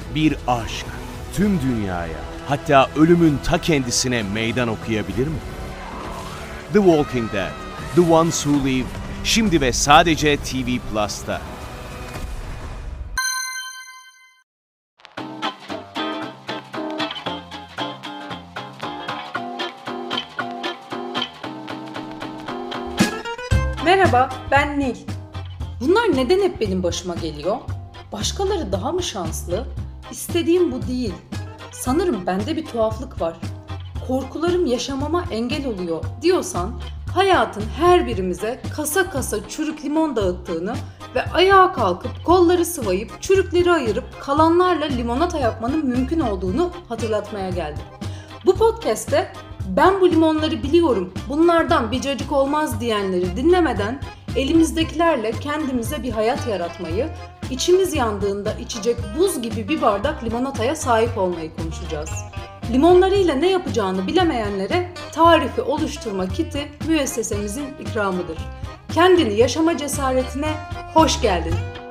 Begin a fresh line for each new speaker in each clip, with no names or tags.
Bir aşk tüm dünyaya, hatta ölümün ta kendisine meydan okuyabilir mi? The Walking Dead, The Ones Who Live, şimdi ve sadece TV Plus'ta.
Merhaba, ben Nil. Bunlar neden hep benim başıma geliyor? Başkaları daha mı şanslı? İstediğim bu değil. Sanırım bende bir tuhaflık var. Korkularım yaşamama engel oluyor diyorsan, hayatın her birimize kasa kasa çürük limon dağıttığını ve ayağa kalkıp kolları sıvayıp çürükleri ayırıp kalanlarla limonata yapmanın mümkün olduğunu hatırlatmaya geldim. Bu podcast'te ben bu limonları biliyorum, bunlardan bir cacık olmaz diyenleri dinlemeden elimizdekilerle kendimize bir hayat yaratmayı, içimiz yandığında içecek buz gibi bir bardak limonataya sahip olmayı konuşacağız. Limonlarıyla ne yapacağını bilemeyenlere tarifi oluşturma kiti müessesemizin ikramıdır. Kendini yaşama cesaretine hoş geldin.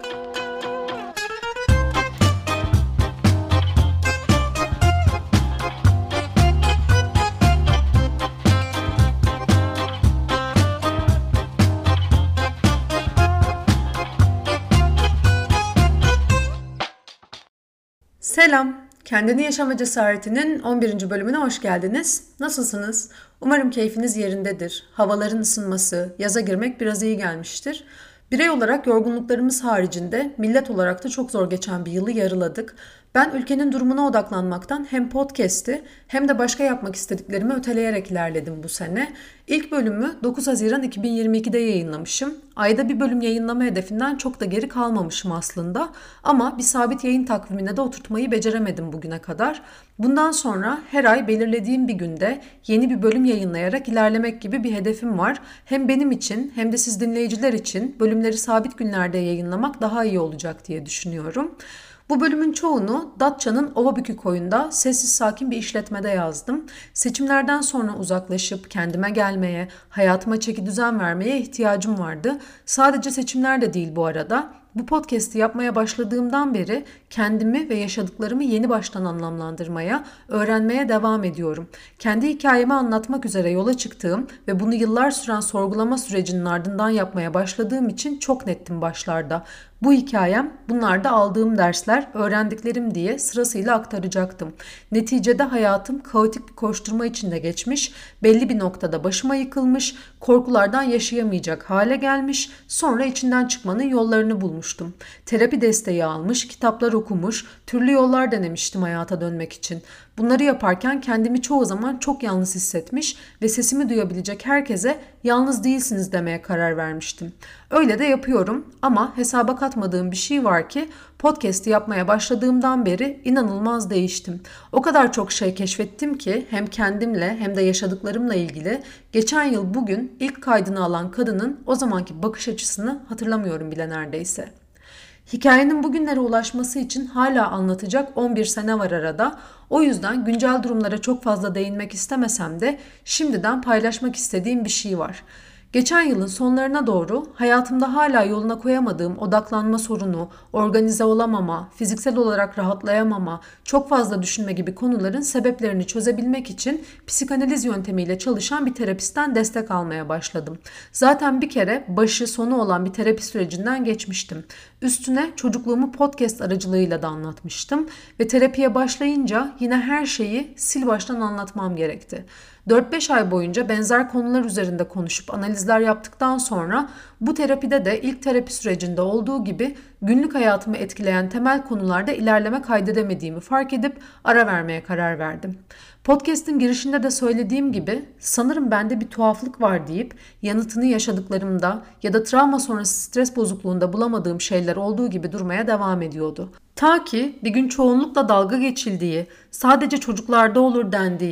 Selam, Kendini Yaşama Cesaretinin 11. bölümüne hoş geldiniz. Nasılsınız? Umarım keyfiniz yerindedir. Havaların ısınması, yaza girmek biraz iyi gelmiştir. Birey olarak yorgunluklarımız haricinde millet olarak da çok zor geçen bir yılı yarıladık. Ben ülkenin durumuna odaklanmaktan hem podcast'i hem de başka yapmak istediklerimi öteleyerek ilerledim bu sene. İlk bölümü 9 Haziran 2022'de yayınlamışım. Ayda bir bölüm yayınlama hedefinden çok da geri kalmamışım aslında. Ama bir sabit yayın takvimine de oturtmayı beceremedim bugüne kadar. Bundan sonra her ay belirlediğim bir günde yeni bir bölüm yayınlayarak ilerlemek gibi bir hedefim var. Hem benim için hem de siz dinleyiciler için bölümleri sabit günlerde yayınlamak daha iyi olacak diye düşünüyorum. Bu bölümün çoğunu Datça'nın Ovabükü koyunda sessiz sakin bir işletmede yazdım. Seçimlerden sonra uzaklaşıp kendime gelmeye, hayatıma çekidüzen vermeye ihtiyacım vardı. Sadece seçimler de değil bu arada. Bu podcast'i yapmaya başladığımdan beri kendimi ve yaşadıklarımı yeni baştan anlamlandırmaya, öğrenmeye devam ediyorum. Kendi hikayemi anlatmak üzere yola çıktığım ve bunu yıllar süren sorgulama sürecinin ardından yapmaya başladığım için çok nettim başlarda. Bu hikayem, bunlarda aldığım dersler, öğrendiklerim diye sırasıyla aktaracaktım. Neticede hayatım kaotik bir koşturma içinde geçmiş, belli bir noktada başıma yıkılmış, korkulardan yaşayamayacak hale gelmiş, sonra içinden çıkmanın yollarını bulmuştum. Terapi desteği almış, kitaplar okumuş, türlü yollar denemiştim hayata dönmek için. Bunları yaparken kendimi çoğu zaman çok yalnız hissetmiş ve sesimi duyabilecek herkese yalnız değilsiniz demeye karar vermiştim. Öyle de yapıyorum ama hesaba katmadığım bir şey var ki podcast'i yapmaya başladığımdan beri inanılmaz değiştim. O kadar çok şey keşfettim ki hem kendimle hem de yaşadıklarımla ilgili geçen yıl bugün ilk kaydını alan kadının o zamanki bakış açısını hatırlamıyorum bile neredeyse. Hikayenin bugünlere ulaşması için hala anlatacak 11 sene var arada. O yüzden güncel durumlara çok fazla değinmek istemesem de şimdiden paylaşmak istediğim bir şey var. Geçen yılın sonlarına doğru hayatımda hala yoluna koyamadığım odaklanma sorunu, organize olamama, fiziksel olarak rahatlayamama, çok fazla düşünme gibi konuların sebeplerini çözebilmek için psikanaliz yöntemiyle çalışan bir terapistten destek almaya başladım. Zaten bir kere başı sonu olan bir terapi sürecinden geçmiştim. Üstüne çocukluğumu podcast aracılığıyla da anlatmıştım ve terapiye başlayınca yine her şeyi sil baştan anlatmam gerekti. 4-5 ay boyunca benzer konular üzerinde konuşup analizler yaptıktan sonra bu terapide de ilk terapi sürecinde olduğu gibi günlük hayatımı etkileyen temel konularda ilerleme kaydedemediğimi fark edip ara vermeye karar verdim. Podcast'in girişinde de söylediğim gibi sanırım bende bir tuhaflık var deyip yanıtını yaşadıklarımda ya da travma sonrası stres bozukluğunda bulamadığım şeyler olduğu gibi durmaya devam ediyordu. Ta ki bir gün çoğunlukla dalga geçildiği, sadece çocuklarda olur dendiği,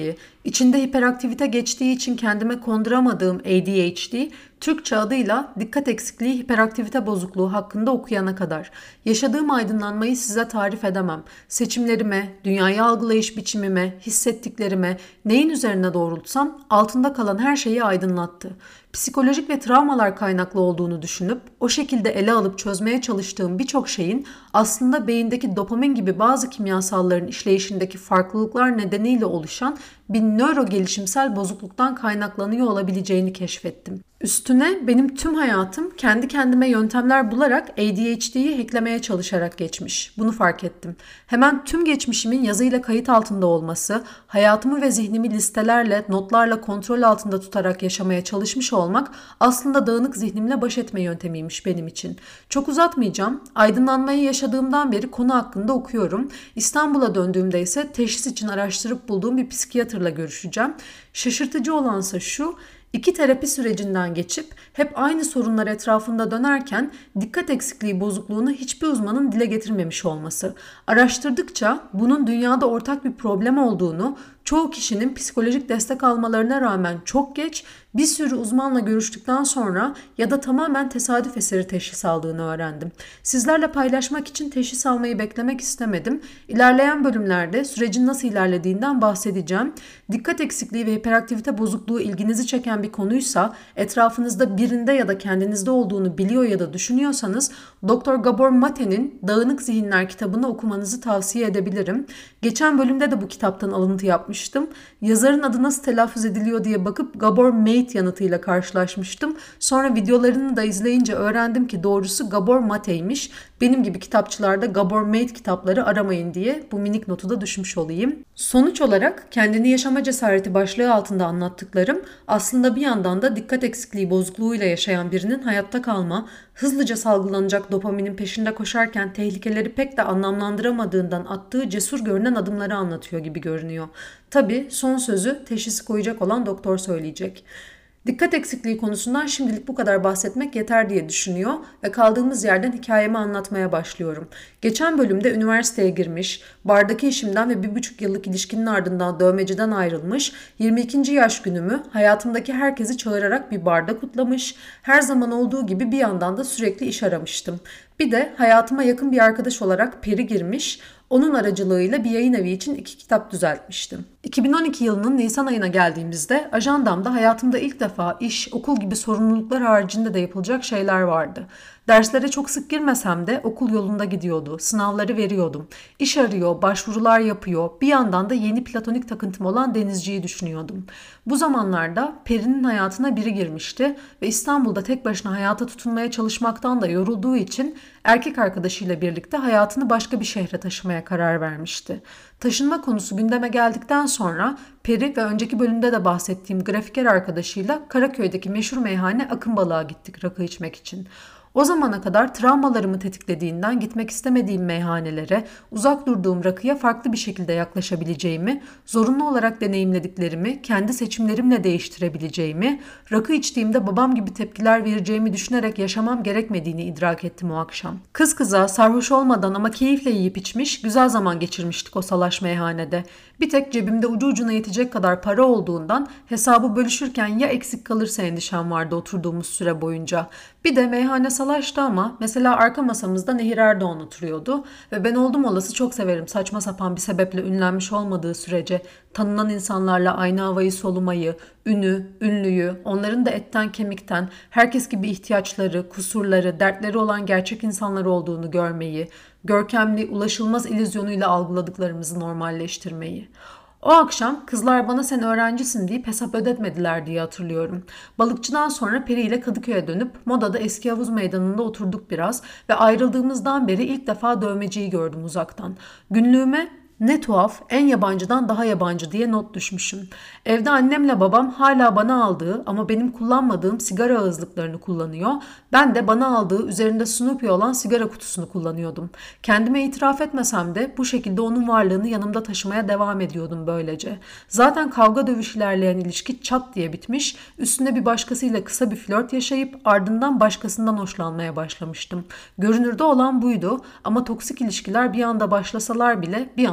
İçinde hiperaktivite geçtiği için kendime konduramadığım ADHD, Türkçe adıyla dikkat eksikliği hiperaktivite bozukluğu hakkında okuyana kadar. Yaşadığım aydınlanmayı size tarif edemem. Seçimlerime, dünyayı algılayış biçimime, hissettiklerime, neyin üzerine doğrultsam altında kalan her şeyi aydınlattı. Psikolojik ve travmalar kaynaklı olduğunu düşünüp o şekilde ele alıp çözmeye çalıştığım birçok şeyin aslında beyindeki dopamin gibi bazı kimyasalların işleyişindeki farklılıklar nedeniyle oluşan bir nöro gelişimsel bozukluktan kaynaklanıyor olabileceğini keşfettim. Üstüne benim tüm hayatım kendi kendime yöntemler bularak ADHD'yi hacklemeye çalışarak geçmiş. Bunu fark ettim. Hemen tüm geçmişimin yazıyla kayıt altında olması, hayatımı ve zihnimi listelerle, notlarla kontrol altında tutarak yaşamaya çalışmış olmak aslında dağınık zihnimle baş etme yöntemiymiş benim için. Çok uzatmayacağım. Aydınlanmayı yaşadığımdan beri konu hakkında okuyorum. İstanbul'a döndüğümde ise teşhis için araştırıp bulduğum bir psikiyatrla görüşeceğim. Şaşırtıcı olansa şu: 2 terapi sürecinden geçip hep aynı sorunlar etrafında dönerken dikkat eksikliği bozukluğunu hiçbir uzmanın dile getirmemiş olması. Araştırdıkça bunun dünyada ortak bir problem olduğunu, çoğu kişinin psikolojik destek almalarına rağmen çok geç, bir sürü uzmanla görüştükten sonra ya da tamamen tesadüf eseri teşhis aldığını öğrendim. Sizlerle paylaşmak için teşhis almayı beklemek istemedim. İlerleyen bölümlerde sürecin nasıl ilerlediğinden bahsedeceğim. Dikkat eksikliği ve hiperaktivite bozukluğu ilginizi çeken bir konuysa, etrafınızda birinde ya da kendinizde olduğunu biliyor ya da düşünüyorsanız Dr. Gabor Mate'nin Dağınık Zihinler kitabını okumanızı tavsiye edebilirim. Geçen bölümde de bu kitaptan alıntı yapmıştım. Yazarın adı nasıl telaffuz ediliyor diye bakıp Gabor Mate yanıtıyla karşılaşmıştım. Sonra videolarını da izleyince öğrendim ki doğrusu Gabor Mate'ymiş. Benim gibi kitapçılarda Gabor Mate kitapları aramayın diye bu minik notu da düşmüş olayım. Sonuç olarak kendini yaşama cesareti başlığı altında anlattıklarım aslında bir yandan da dikkat eksikliği bozukluğuyla yaşayan birinin hayatta kalma, hızlıca salgılanacak dopaminin peşinde koşarken tehlikeleri pek de anlamlandıramadığından attığı cesur görünen adımları anlatıyor gibi görünüyor. Tabii son sözü teşhisi koyacak olan doktor söyleyecek. Dikkat eksikliği konusundan şimdilik bu kadar bahsetmek yeter diye düşünüyor ve kaldığımız yerden hikayemi anlatmaya başlıyorum. Geçen bölümde üniversiteye girmiş, bardaki işimden ve 1,5 yıllık ilişkinin ardından dövmeciden ayrılmış, 22. yaş günümü hayatımdaki herkesi çağırarak bir barda kutlamış, her zaman olduğu gibi bir yandan da sürekli iş aramıştım. Bir de hayatıma yakın bir arkadaş olarak Peri girmiş, onun aracılığıyla bir yayın evi için 2 kitap düzeltmiştim. 2012 yılının Nisan ayına geldiğimizde ajandamda hayatımda ilk defa iş, okul gibi sorumluluklar haricinde de yapılacak şeyler vardı. Derslere çok sık girmesem de okul yolunda gidiyordu. Sınavları veriyordum. İş arıyor, başvurular yapıyor. Bir yandan da yeni platonik takıntım olan denizciyi düşünüyordum. Bu zamanlarda Peri'nin hayatına biri girmişti ve İstanbul'da tek başına hayata tutunmaya çalışmaktan da yorulduğu için erkek arkadaşıyla birlikte hayatını başka bir şehre taşımaya karar vermişti. Taşınma konusu gündeme geldikten sonra Peri ve önceki bölümde de bahsettiğim grafiker arkadaşıyla Karaköy'deki meşhur meyhane Akın Balık'a gittik rakı içmek için. O zamana kadar travmalarımı tetiklediğinden gitmek istemediğim meyhanelere, uzak durduğum rakıya farklı bir şekilde yaklaşabileceğimi, zorunlu olarak deneyimlediklerimi kendi seçimlerimle değiştirebileceğimi, rakı içtiğimde babam gibi tepkiler vereceğimi düşünerek yaşamam gerekmediğini idrak ettim o akşam. Kız kıza sarhoş olmadan ama keyifle yiyip içmiş, güzel zaman geçirmiştik o salaş meyhanede. Bir tek cebimde ucu ucuna yetecek kadar para olduğundan hesabı bölüşürken ya eksik kalırsa endişem vardı oturduğumuz süre boyunca. Bir de meyhane salaştı ama mesela arka masamızda Nehir Erdoğan oturuyordu ve ben oldum olası çok severim saçma sapan bir sebeple ünlenmiş olmadığı sürece tanınan insanlarla aynı havayı solumayı, ünü, ünlüyü, onların da etten kemikten, herkes gibi ihtiyaçları, kusurları, dertleri olan gerçek insanlar olduğunu görmeyi, görkemli, ulaşılmaz illüzyonuyla algıladıklarımızı normalleştirmeyi. O akşam kızlar bana sen öğrencisin deyip hesap ödetmediler diye hatırlıyorum. Balıkçıdan sonra Peri ile Kadıköy'e dönüp Moda'da eski havuz meydanında oturduk biraz ve ayrıldığımızdan beri ilk defa dövmeciyi gördüm uzaktan. Günlüğüme ne tuhaf, en yabancıdan daha yabancı diye not düşmüşüm. Evde annemle babam hala bana aldığı ama benim kullanmadığım sigara ağızlıklarını kullanıyor. Ben de bana aldığı üzerinde Snoopy olan sigara kutusunu kullanıyordum. Kendime itiraf etmesem de bu şekilde onun varlığını yanımda taşımaya devam ediyordum böylece. Zaten kavga dövüş ilerleyen ilişki çat diye bitmiş, üstüne bir başkasıyla kısa bir flört yaşayıp ardından başkasından hoşlanmaya başlamıştım. Görünürde olan buydu ama toksik ilişkiler bir anda başlasalar bile bir anda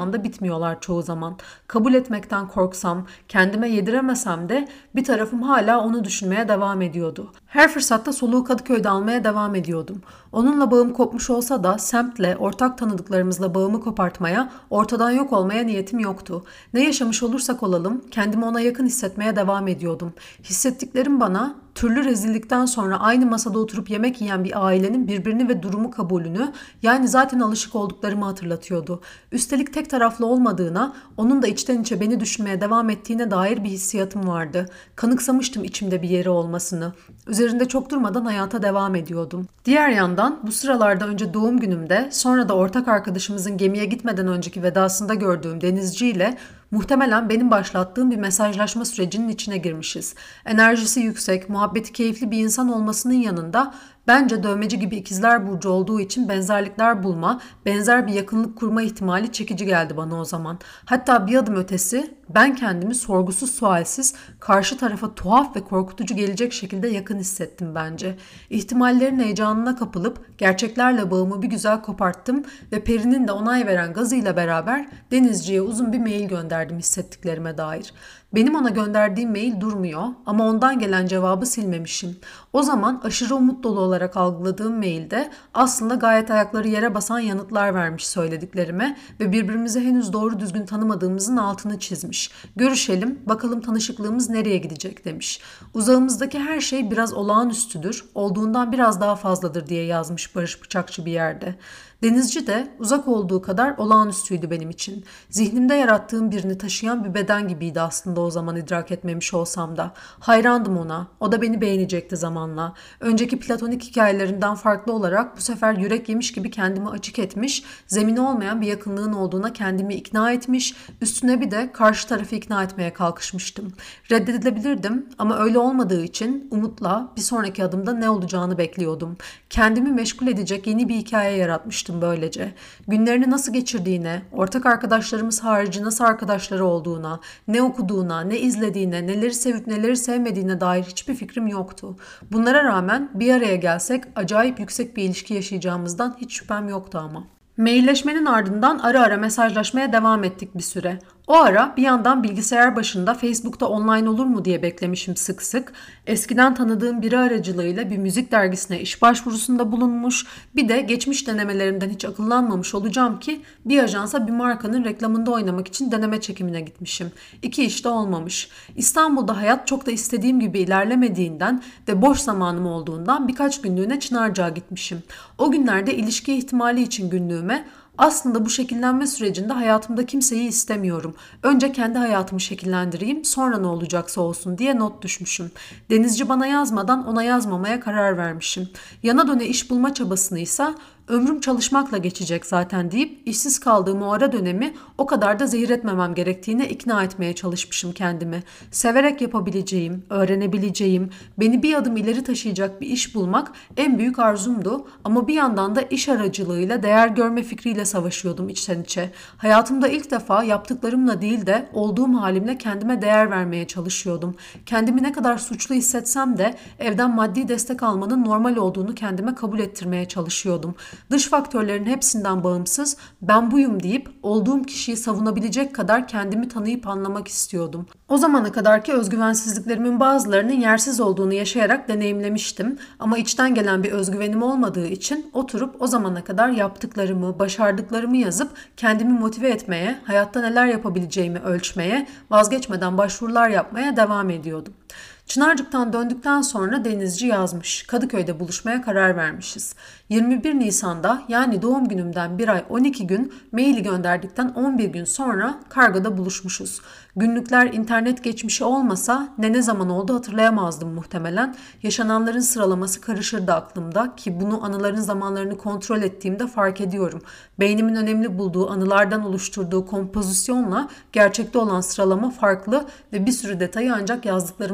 anda bitmiyorlar çoğu zaman. Kabul etmekten korksam, kendime yediremesem de bir tarafım hala onu düşünmeye devam ediyordu. Her fırsatta soluğu Kadıköy'de almaya devam ediyordum. Onunla bağım kopmuş olsa da semtle, ortak tanıdıklarımızla bağımı kopartmaya, ortadan yok olmaya niyetim yoktu. Ne yaşamış olursak olalım, kendimi ona yakın hissetmeye devam ediyordum. Hissettiklerim bana, türlü rezillikten sonra aynı masada oturup yemek yiyen bir ailenin birbirini ve durumu kabulünü, yani zaten alışık olduklarımı hatırlatıyordu. Üstelik tek taraflı olmadığına, onun da içten içe beni düşünmeye devam ettiğine dair bir hissiyatım vardı. Kanıksamıştım içimde bir yeri olmasını. Üzerinde çok durmadan hayata devam ediyordum. Diğer yandan bu sıralarda önce doğum günümde, sonra da ortak arkadaşımızın gemiye gitmeden önceki vedasında gördüğüm Denizci ile muhtemelen benim başlattığım bir mesajlaşma sürecinin içine girmişiz. Enerjisi yüksek, muhabbeti keyifli bir insan olmasının yanında bence dövmeci gibi ikizler burcu olduğu için benzerlikler bulma, benzer bir yakınlık kurma ihtimali çekici geldi bana o zaman. Hatta bir adım ötesi ben kendimi sorgusuz sualsiz karşı tarafa tuhaf ve korkutucu gelecek şekilde yakın hissettim bence. İhtimallerin heyecanına kapılıp gerçeklerle bağımı bir güzel koparttım ve Peri'nin de onay veren gazıyla beraber Denizci'ye uzun bir mail gönderdim hissettiklerime dair. Benim ona gönderdiğim mail durmuyor ama ondan gelen cevabı silmemişim. O zaman aşırı umut dolu olarak algıladığım mailde aslında gayet ayakları yere basan yanıtlar vermiş söylediklerime ve birbirimizi henüz doğru düzgün tanımadığımızın altını çizmiş. Görüşelim, bakalım tanışıklığımız nereye gidecek demiş. Uzağımızdaki her şey biraz olağanüstüdür, olduğundan biraz daha fazladır diye yazmış Barış Bıçakçı bir yerde. Denizci de uzak olduğu kadar olağanüstüydü benim için. Zihnimde yarattığım birini taşıyan bir beden gibiydi aslında o zaman idrak etmemiş olsam da. Hayrandım ona. O da beni beğenecekti zamanla. Önceki platonik hikayelerinden farklı olarak bu sefer yürek yemiş gibi kendimi açık etmiş, zemini olmayan bir yakınlığın olduğuna kendimi ikna etmiş, üstüne bir de karşı tarafı ikna etmeye kalkışmıştım. Reddedilebilirdim ama öyle olmadığı için umutla bir sonraki adımda ne olacağını bekliyordum. Kendimi meşgul edecek yeni bir hikaye yaratmıştım böylece. Günlerini nasıl geçirdiğine, ortak arkadaşlarımız harici nasıl arkadaşları olduğuna, ne okuduğuna, ne izlediğine, neleri sevip neleri sevmediğine dair hiçbir fikrim yoktu. Bunlara rağmen bir araya gelsek acayip yüksek bir ilişki yaşayacağımızdan hiç şüphem yoktu ama. Mailleşmenin ardından ara ara mesajlaşmaya devam ettik bir süre. O ara bir yandan bilgisayar başında Facebook'ta online olur mu diye beklemişim sık sık. Eskiden tanıdığım biri aracılığıyla bir müzik dergisine iş başvurusunda bulunmuş. Bir de geçmiş denemelerimden hiç akıllanmamış olacağım ki bir ajansa bir markanın reklamında oynamak için deneme çekimine gitmişim. İki iş de olmamış. İstanbul'da hayat çok da istediğim gibi ilerlemediğinden ve boş zamanım olduğundan birkaç günlüğüne Çınarcık'a gitmişim. O günlerde ilişki ihtimali için günlüğüme aslında bu şekillenme sürecinde hayatımda kimseyi istemiyorum. Önce kendi hayatımı şekillendireyim, sonra ne olacaksa olsun diye not düşmüşüm. Denizci bana yazmadan ona yazmamaya karar vermişim. Yana döne iş bulma çabasınıysa ömrüm çalışmakla geçecek zaten deyip işsiz kaldığım o ara dönemi o kadar da zehir etmemem gerektiğine ikna etmeye çalışmışım kendimi. Severek yapabileceğim, öğrenebileceğim, beni bir adım ileri taşıyacak bir iş bulmak en büyük arzumdu ama bir yandan da iş aracılığıyla değer görme fikriyle savaşıyordum içten içe. Hayatımda ilk defa yaptıklarımla değil de olduğum halimle kendime değer vermeye çalışıyordum. Kendimi ne kadar suçlu hissetsem de evden maddi destek almanın normal olduğunu kendime kabul ettirmeye çalışıyordum. Dış faktörlerin hepsinden bağımsız ben buyum deyip olduğum kişiyi savunabilecek kadar kendimi tanıyıp anlamak istiyordum. O zamana kadarki özgüvensizliklerimin bazılarının yersiz olduğunu yaşayarak deneyimlemiştim ama içten gelen bir özgüvenim olmadığı için oturup o zamana kadar yaptıklarımı, başardıklarımı yazıp kendimi motive etmeye, hayatta neler yapabileceğimi ölçmeye, vazgeçmeden başvurular yapmaya devam ediyordum. Çınarcık'tan döndükten sonra Denizci yazmış. Kadıköy'de buluşmaya karar vermişiz. 21 Nisan'da yani doğum günümden bir ay 12 gün maili gönderdikten 11 gün sonra kargoda buluşmuşuz. Günlükler internet geçmişi olmasa ne zaman oldu hatırlayamazdım muhtemelen. Yaşananların sıralaması karışırdı aklımda ki bunu anıların zamanlarını kontrol ettiğimde fark ediyorum. Beynimin önemli bulduğu anılardan oluşturduğu kompozisyonla gerçekte olan sıralama farklı ve bir sürü detayı ancak yazdıklarımı okudukça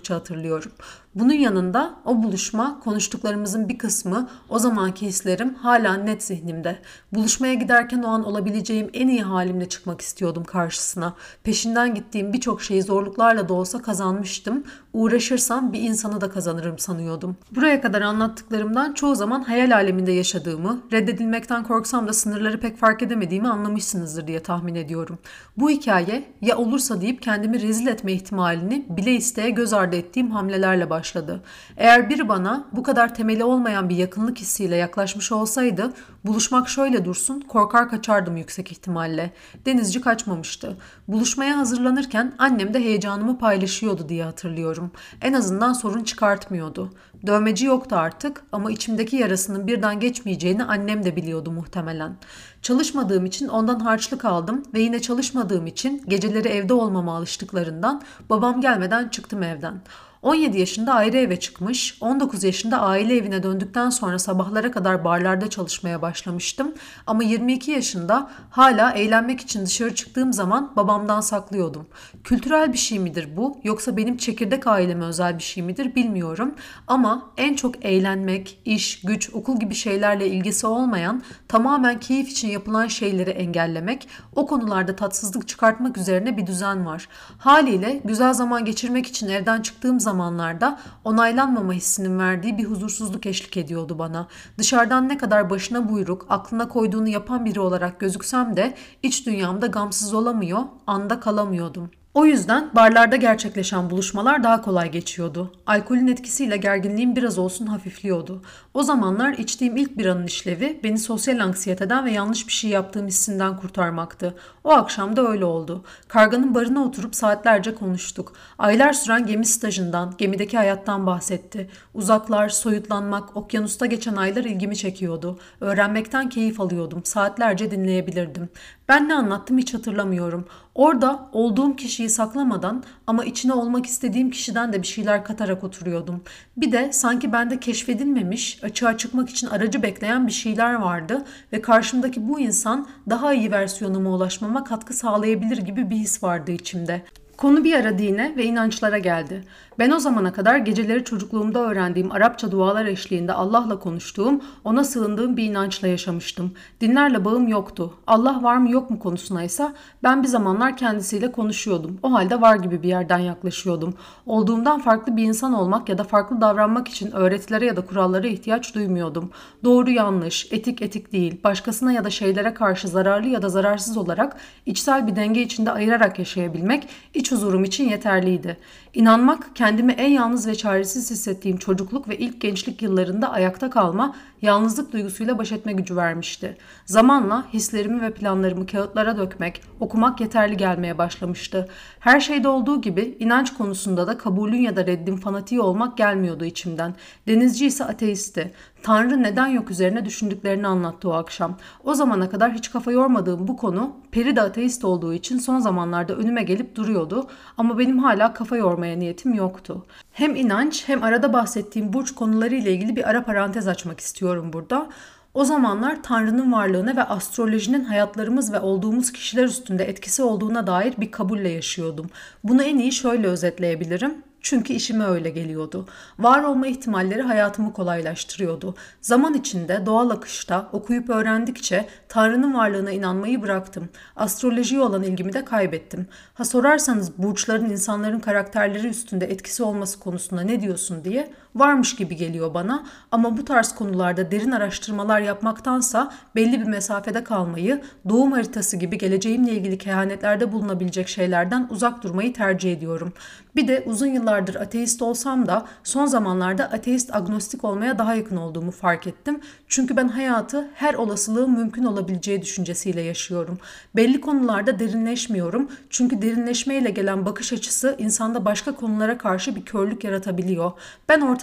oldukça hatırlıyorum. Bunun yanında o buluşma, konuştuklarımızın bir kısmı, o zamanki hislerim hala net zihnimde. Buluşmaya giderken o an olabileceğim en iyi halimle çıkmak istiyordum karşısına. Peşinden gittiğim birçok şeyi zorluklarla da olsa kazanmıştım. Uğraşırsam bir insanı da kazanırım sanıyordum. Buraya kadar anlattıklarımdan çoğu zaman hayal aleminde yaşadığımı, reddedilmekten korksam da sınırları pek fark edemediğimi anlamışsınızdır diye tahmin ediyorum. Bu hikaye ya olursa deyip kendimi rezil etme ihtimalini bile isteye göz ardı ettiğim hamlelerle başladı. Eğer biri bana bu kadar temeli olmayan bir yakınlık hissiyle yaklaşmış olsaydı, buluşmak şöyle dursun, korkar kaçardım yüksek ihtimalle. Denizci kaçmamıştı. Buluşmaya hazırlanırken annem de heyecanımı paylaşıyordu diye hatırlıyorum. En azından sorun çıkartmıyordu. Dövmeci yoktu artık ama içimdeki yarasının birden geçmeyeceğini annem de biliyordu muhtemelen. Çalışmadığım için ondan harçlık aldım ve yine çalışmadığım için geceleri evde olmama alıştıklarından babam gelmeden çıktım evden. 17 yaşında ayrı eve çıkmış, 19 yaşında aile evine döndükten sonra sabahlara kadar barlarda çalışmaya başlamıştım. Ama 22 yaşında hala eğlenmek için dışarı çıktığım zaman babamdan saklıyordum. Kültürel bir şey midir bu, yoksa benim çekirdek aileme özel bir şey midir bilmiyorum. Ama en çok eğlenmek, iş, güç, okul gibi şeylerle ilgisi olmayan, tamamen keyif için yapılan şeyleri engellemek, o konularda tatsızlık çıkartmak üzerine bir düzen var. Haliyle güzel zaman geçirmek için evden çıktığım zamanlarda onaylanmama hissinin verdiği bir huzursuzluk eşlik ediyordu bana. Dışarıdan ne kadar başına buyruk, aklına koyduğunu yapan biri olarak gözüksem de iç dünyamda gamsız olamıyor, anda kalamıyordum. O yüzden barlarda gerçekleşen buluşmalar daha kolay geçiyordu. Alkolün etkisiyle gerginliğim biraz olsun hafifliyordu. O zamanlar içtiğim ilk biranın işlevi beni sosyal anksiyeteden ve yanlış bir şey yaptığım hissinden kurtarmaktı. O akşam da öyle oldu. Karganın barına oturup saatlerce konuştuk. Aylar süren gemi stajından, gemideki hayattan bahsetti. Uzaklar, soyutlanmak, okyanusta geçen aylar ilgimi çekiyordu. Öğrenmekten keyif alıyordum. Saatlerce dinleyebilirdim. Ben ne anlattım hiç hatırlamıyorum. Orada olduğum kişiyi saklamadan ama içine olmak istediğim kişiden de bir şeyler katarak oturuyordum. Bir de sanki bende keşfedilmemiş, açığa çıkmak için aracı bekleyen bir şeyler vardı ve karşımdaki bu insan daha iyi versiyonuma ulaşmama katkı sağlayabilir gibi bir his vardı içimde. Konu bir ara dine ve inançlara geldi. Ben o zamana kadar geceleri çocukluğumda öğrendiğim Arapça dualar eşliğinde Allah'la konuştuğum, ona sığındığım bir inançla yaşamıştım. Dinlerle bağım yoktu. Allah var mı yok mu konusuna ise ben bir zamanlar kendisiyle konuşuyordum. O halde var gibi bir yerden yaklaşıyordum. Olduğumdan farklı bir insan olmak ya da farklı davranmak için öğretilere ya da kurallara ihtiyaç duymuyordum. Doğru yanlış, etik değil, başkasına ya da şeylere karşı zararlı ya da zararsız olarak içsel bir denge içinde ayırarak yaşayabilmek iç huzurum için yeterliydi. İnanmak, kendimi en yalnız ve çaresiz hissettiğim çocukluk ve ilk gençlik yıllarında ayakta kalma, yalnızlık duygusuyla baş etme gücü vermişti. Zamanla hislerimi ve planlarımı kağıtlara dökmek, okumak yeterli gelmeye başlamıştı. Her şeyde olduğu gibi inanç konusunda da kabulün ya da reddin fanatiği olmak gelmiyordu içimden. Denizci ise ateistti. Tanrı neden yok üzerine düşündüklerini anlattı o akşam. O zamana kadar hiç kafa yormadığım bu konu, Peri de ateist olduğu için son zamanlarda önüme gelip duruyordu ama benim hala kafa yormaya niyetim yoktu. Hem inanç hem arada bahsettiğim burç konuları ile ilgili bir ara parantez açmak istiyorum burada. O zamanlar Tanrı'nın varlığına ve astrolojinin hayatlarımız ve olduğumuz kişiler üstünde etkisi olduğuna dair bir kabulle yaşıyordum. Bunu en iyi şöyle özetleyebilirim. Çünkü işime öyle geliyordu. Var olma ihtimalleri hayatımı kolaylaştırıyordu. Zaman içinde, doğal akışta, okuyup öğrendikçe Tanrı'nın varlığına inanmayı bıraktım. Astrolojiye olan ilgimi de kaybettim. Ha sorarsanız burçların insanların karakterleri üstünde etkisi olması konusunda ne diyorsun diye varmış gibi geliyor bana. Ama bu tarz konularda derin araştırmalar yapmaktansa belli bir mesafede kalmayı, doğum haritası gibi geleceğimle ilgili kehanetlerde bulunabilecek şeylerden uzak durmayı tercih ediyorum. Bir de uzun yıllardır ateist olsam da son zamanlarda ateist agnostik olmaya daha yakın olduğumu fark ettim. Çünkü ben hayatı her olasılığın mümkün olabileceği düşüncesiyle yaşıyorum. Belli konularda derinleşmiyorum. Çünkü derinleşmeyle gelen bakış açısı insanda başka konulara karşı bir körlük yaratabiliyor. Ben ortada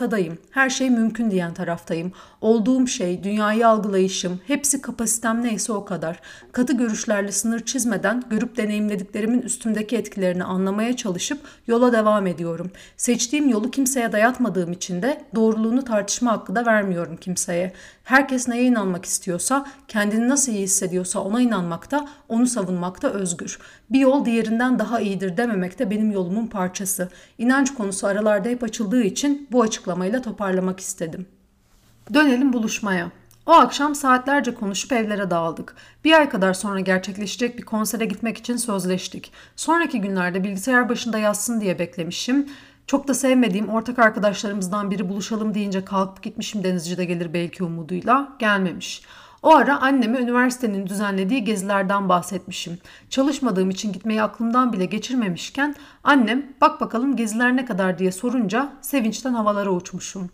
ortadayım. Her şey mümkün diyen taraftayım. Olduğum şey, dünyayı algılayışım, hepsi kapasitem neyse o kadar. Katı görüşlerle sınır çizmeden görüp deneyimlediklerimin üstümdeki etkilerini anlamaya çalışıp yola devam ediyorum. Seçtiğim yolu kimseye dayatmadığım için de doğruluğunu tartışma hakkı da vermiyorum kimseye. Herkes neye inanmak istiyorsa, kendini nasıl iyi hissediyorsa ona inanmakta, onu savunmakta özgür. Bir yol diğerinden daha iyidir dememek de benim yolumun parçası. İnanç konusu aralarda hep açıldığı için bu açıklamayla toparlamak istedim. Dönelim buluşmaya. O akşam saatlerce konuşup evlere dağıldık. Bir ay kadar sonra gerçekleşecek bir konsere gitmek için sözleştik. Sonraki günlerde bilgisayar başında yazsın diye beklemişim. Çok da sevmediğim ortak arkadaşlarımızdan biri buluşalım deyince kalkıp gitmişim, Denizci de gelir belki umuduyla. Gelmemiş. O ara anneme üniversitenin düzenlediği gezilerden bahsetmişim. Çalışmadığım için gitmeyi aklımdan bile geçirmemişken annem bak bakalım geziler ne kadar diye sorunca sevinçten havalara uçmuşum.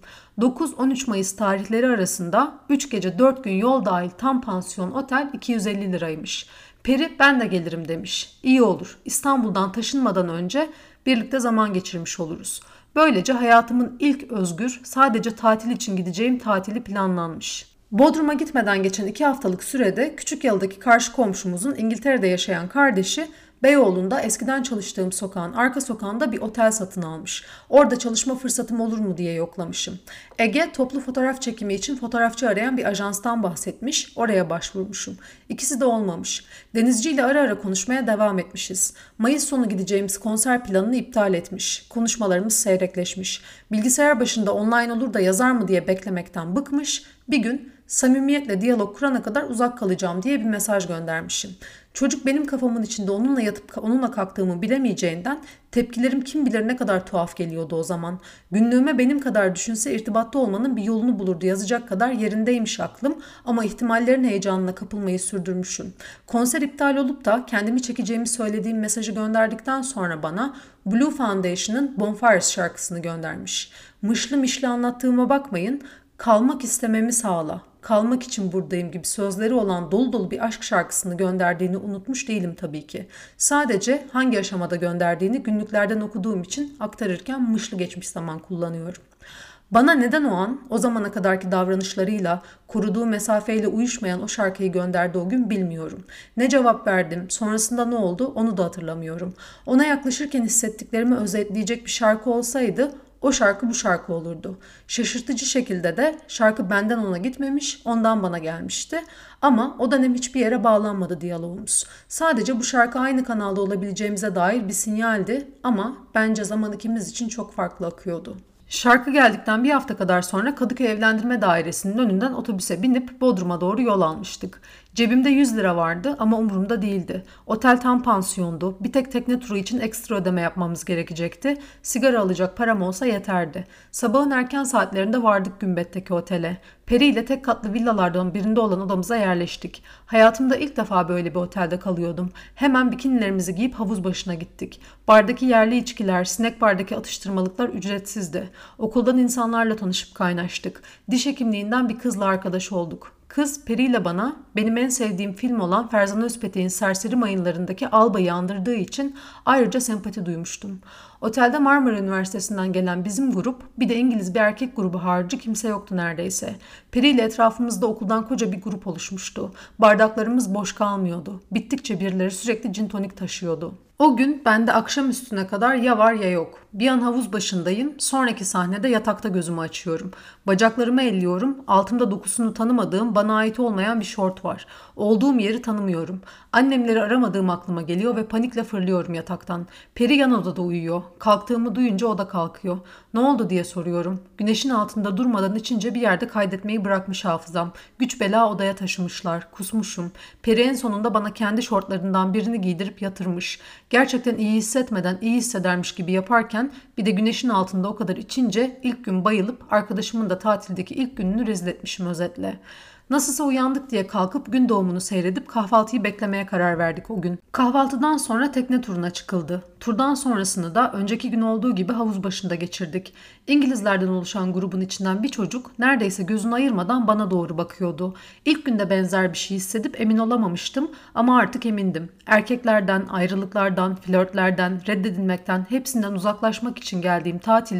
9-13 Mayıs tarihleri arasında 3 gece 4 gün yol dahil tam pansiyon otel 250 liraymış. Peri ben de gelirim demiş. İyi olur. İstanbul'dan taşınmadan önce birlikte zaman geçirmiş oluruz. Böylece hayatımın ilk özgür, sadece tatil için gideceğim tatili planlanmış. Bodrum'a gitmeden geçen 2 haftalık sürede Küçükyalı'daki karşı komşumuzun İngiltere'de yaşayan kardeşi Beyoğlu'nda eskiden çalıştığım sokağın arka sokağında bir otel satın almış. Orada çalışma fırsatım olur mu diye yoklamışım. Ege toplu fotoğraf çekimi için fotoğrafçı arayan bir ajanstan bahsetmiş. Oraya başvurmuşum. İkisi de olmamış. Denizci ile ara ara konuşmaya devam etmişiz. Mayıs sonu gideceğimiz konser planını iptal etmiş. Konuşmalarımız seyrekleşmiş. Bilgisayar başında online olur da yazar mı diye beklemekten bıkmış. Bir gün samimiyetle diyalog kurana kadar uzak kalacağım diye bir mesaj göndermişim. Çocuk benim kafamın içinde onunla yatıp onunla kalktığımı bilemeyeceğinden tepkilerim kim bilir ne kadar tuhaf geliyordu o zaman. Günlüğüme benim kadar düşünse irtibatta olmanın bir yolunu bulurdu yazacak kadar yerindeymiş aklım ama ihtimallerin heyecanına kapılmayı sürdürmüşüm. Konser iptal olup da kendimi çekeceğimi söylediğim mesajı gönderdikten sonra bana Blue Foundation'ın Bonfires şarkısını göndermiş. Mışlı mişli anlattığıma bakmayın, kalmak istememi sağla, kalmak için buradayım gibi sözleri olan dolu dolu bir aşk şarkısını gönderdiğini unutmuş değilim tabii ki. Sadece hangi aşamada gönderdiğini günlüklerden okuduğum için aktarırken mışlı geçmiş zaman kullanıyorum. Bana neden o an, o zamana kadarki davranışlarıyla, koruduğu mesafeyle uyuşmayan o şarkıyı gönderdi o gün bilmiyorum. Ne cevap verdim, sonrasında ne oldu onu da hatırlamıyorum. Ona yaklaşırken hissettiklerimi özetleyecek bir şarkı olsaydı o şarkı bu şarkı olurdu. Şaşırtıcı şekilde de şarkı benden ona gitmemiş, ondan bana gelmişti. Ama o dönem hiçbir yere bağlanmadı diyalogumuz. Sadece bu şarkı aynı kanalda olabileceğimize dair bir sinyaldi ama bence zaman ikimiz için çok farklı akıyordu. Şarkı geldikten bir hafta kadar sonra Kadıköy Evlendirme Dairesi'nin önünden otobüse binip Bodrum'a doğru yol almıştık. Cebimde 100 lira vardı ama umurumda değildi. Otel tam pansiyondu. Bir tek tekne turu için ekstra ödeme yapmamız gerekecekti. Sigara alacak param olsa yeterdi. Sabahın erken saatlerinde vardık Gümbet'teki otele. Peri ile tek katlı villalardan birinde olan odamıza yerleştik. Hayatımda ilk defa böyle bir otelde kalıyordum. Hemen bikinilerimizi giyip havuz başına gittik. Bardaki yerli içkiler, snack bardaki atıştırmalıklar ücretsizdi. Okuldan insanlarla tanışıp kaynaştık. Diş hekimliğinden bir kızla arkadaş olduk. Kız Peri ile bana benim en sevdiğim film olan Ferzan Özpetek'in Serseri Mayınları'ndaki Alba'yı andırdığı için ayrıca sempati duymuştum. Otelde Marmara Üniversitesi'nden gelen bizim grup, bir de İngiliz bir erkek grubu harici kimse yoktu neredeyse. Peri ile etrafımızda okuldan koca bir grup oluşmuştu. Bardaklarımız boş kalmıyordu. Bittikçe birileri sürekli gin tonik taşıyordu. O gün bende akşam üstüne kadar ya var ya yok. Bir an havuz başındayım, sonraki sahnede yatakta gözümü açıyorum. Bacaklarımı elliyorum, altımda dokusunu tanımadığım, bana ait olmayan bir şort var. Olduğum yeri tanımıyorum. Annemleri aramadığım aklıma geliyor ve panikle fırlıyorum yataktan. Peri yan odada uyuyor. Kalktığımı duyunca o da kalkıyor. Ne oldu diye soruyorum. Güneşin altında durmadan içince bir yerde kaydetmeyi bırakmış hafızam. Güç bela odaya taşımışlar. Kusmuşum. Peri en sonunda bana kendi şortlarından birini giydirip yatırmış. Gerçekten iyi hissetmeden iyi hissedermiş gibi yaparken bir de güneşin altında o kadar içince ilk gün bayılıp arkadaşımın da tatildeki ilk gününü rezil etmişim özetle. Nasılsa uyandık diye kalkıp gün doğumunu seyredip kahvaltıyı beklemeye karar verdik o gün. Kahvaltıdan sonra tekne turuna çıkıldı. Turdan sonrasını da önceki gün olduğu gibi havuz başında geçirdik. İngilizlerden oluşan grubun içinden bir çocuk neredeyse gözünü ayırmadan bana doğru bakıyordu. İlk günde benzer bir şey hissedip emin olamamıştım ama artık emindim. Erkeklerden, ayrılıklardan, flörtlerden, reddedilmekten hepsinden uzaklaşmak için geldiğim tatilde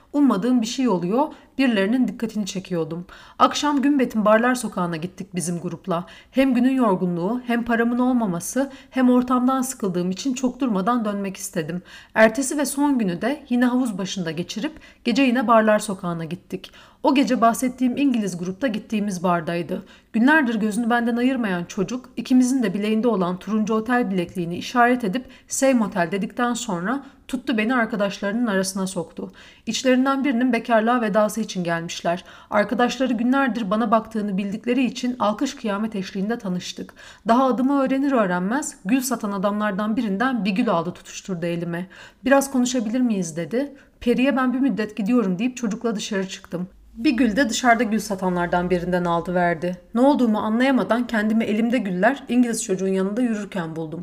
Ummadığım bir şey oluyor, birilerinin dikkatini çekiyordum. Akşam Gümbet'in Barlar Sokağı'na gittik bizim grupla. Hem günün yorgunluğu, hem paramın olmaması, hem ortamdan sıkıldığım için çok durmadan dönmek istedim. Ertesi ve son günü de yine havuz başında geçirip gece yine Barlar Sokağı'na gittik. O gece bahsettiğim İngiliz grupta gittiğimiz bardaydı. Günlerdir gözünü benden ayırmayan çocuk, ikimizin de bileğinde olan turuncu otel bilekliğini işaret edip Same Hotel dedikten sonra tuttu beni arkadaşlarının arasına soktu. İçlerinden birinin bekarlığa vedası için gelmişler. Arkadaşları günlerdir bana baktığını bildikleri için alkış kıyamet eşliğinde tanıştık. Daha adımı öğrenir öğrenmez gül satan adamlardan birinden bir gül aldı tutuşturdu elime. Biraz konuşabilir miyiz dedi. Peri'ye ben bir müddet gidiyorum deyip çocukla dışarı çıktım. Bir gül de dışarıda gül satanlardan birinden aldı verdi. Ne olduğumu anlayamadan kendimi elimde güller İngiliz çocuğun yanında yürürken buldum.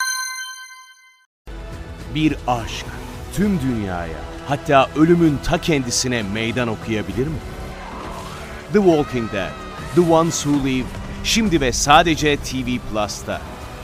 Bir aşk tüm dünyaya, hatta ölümün ta kendisine meydan okuyabilir mi? The Walking Dead, The Ones Who Live, şimdi ve sadece TV Plus'ta.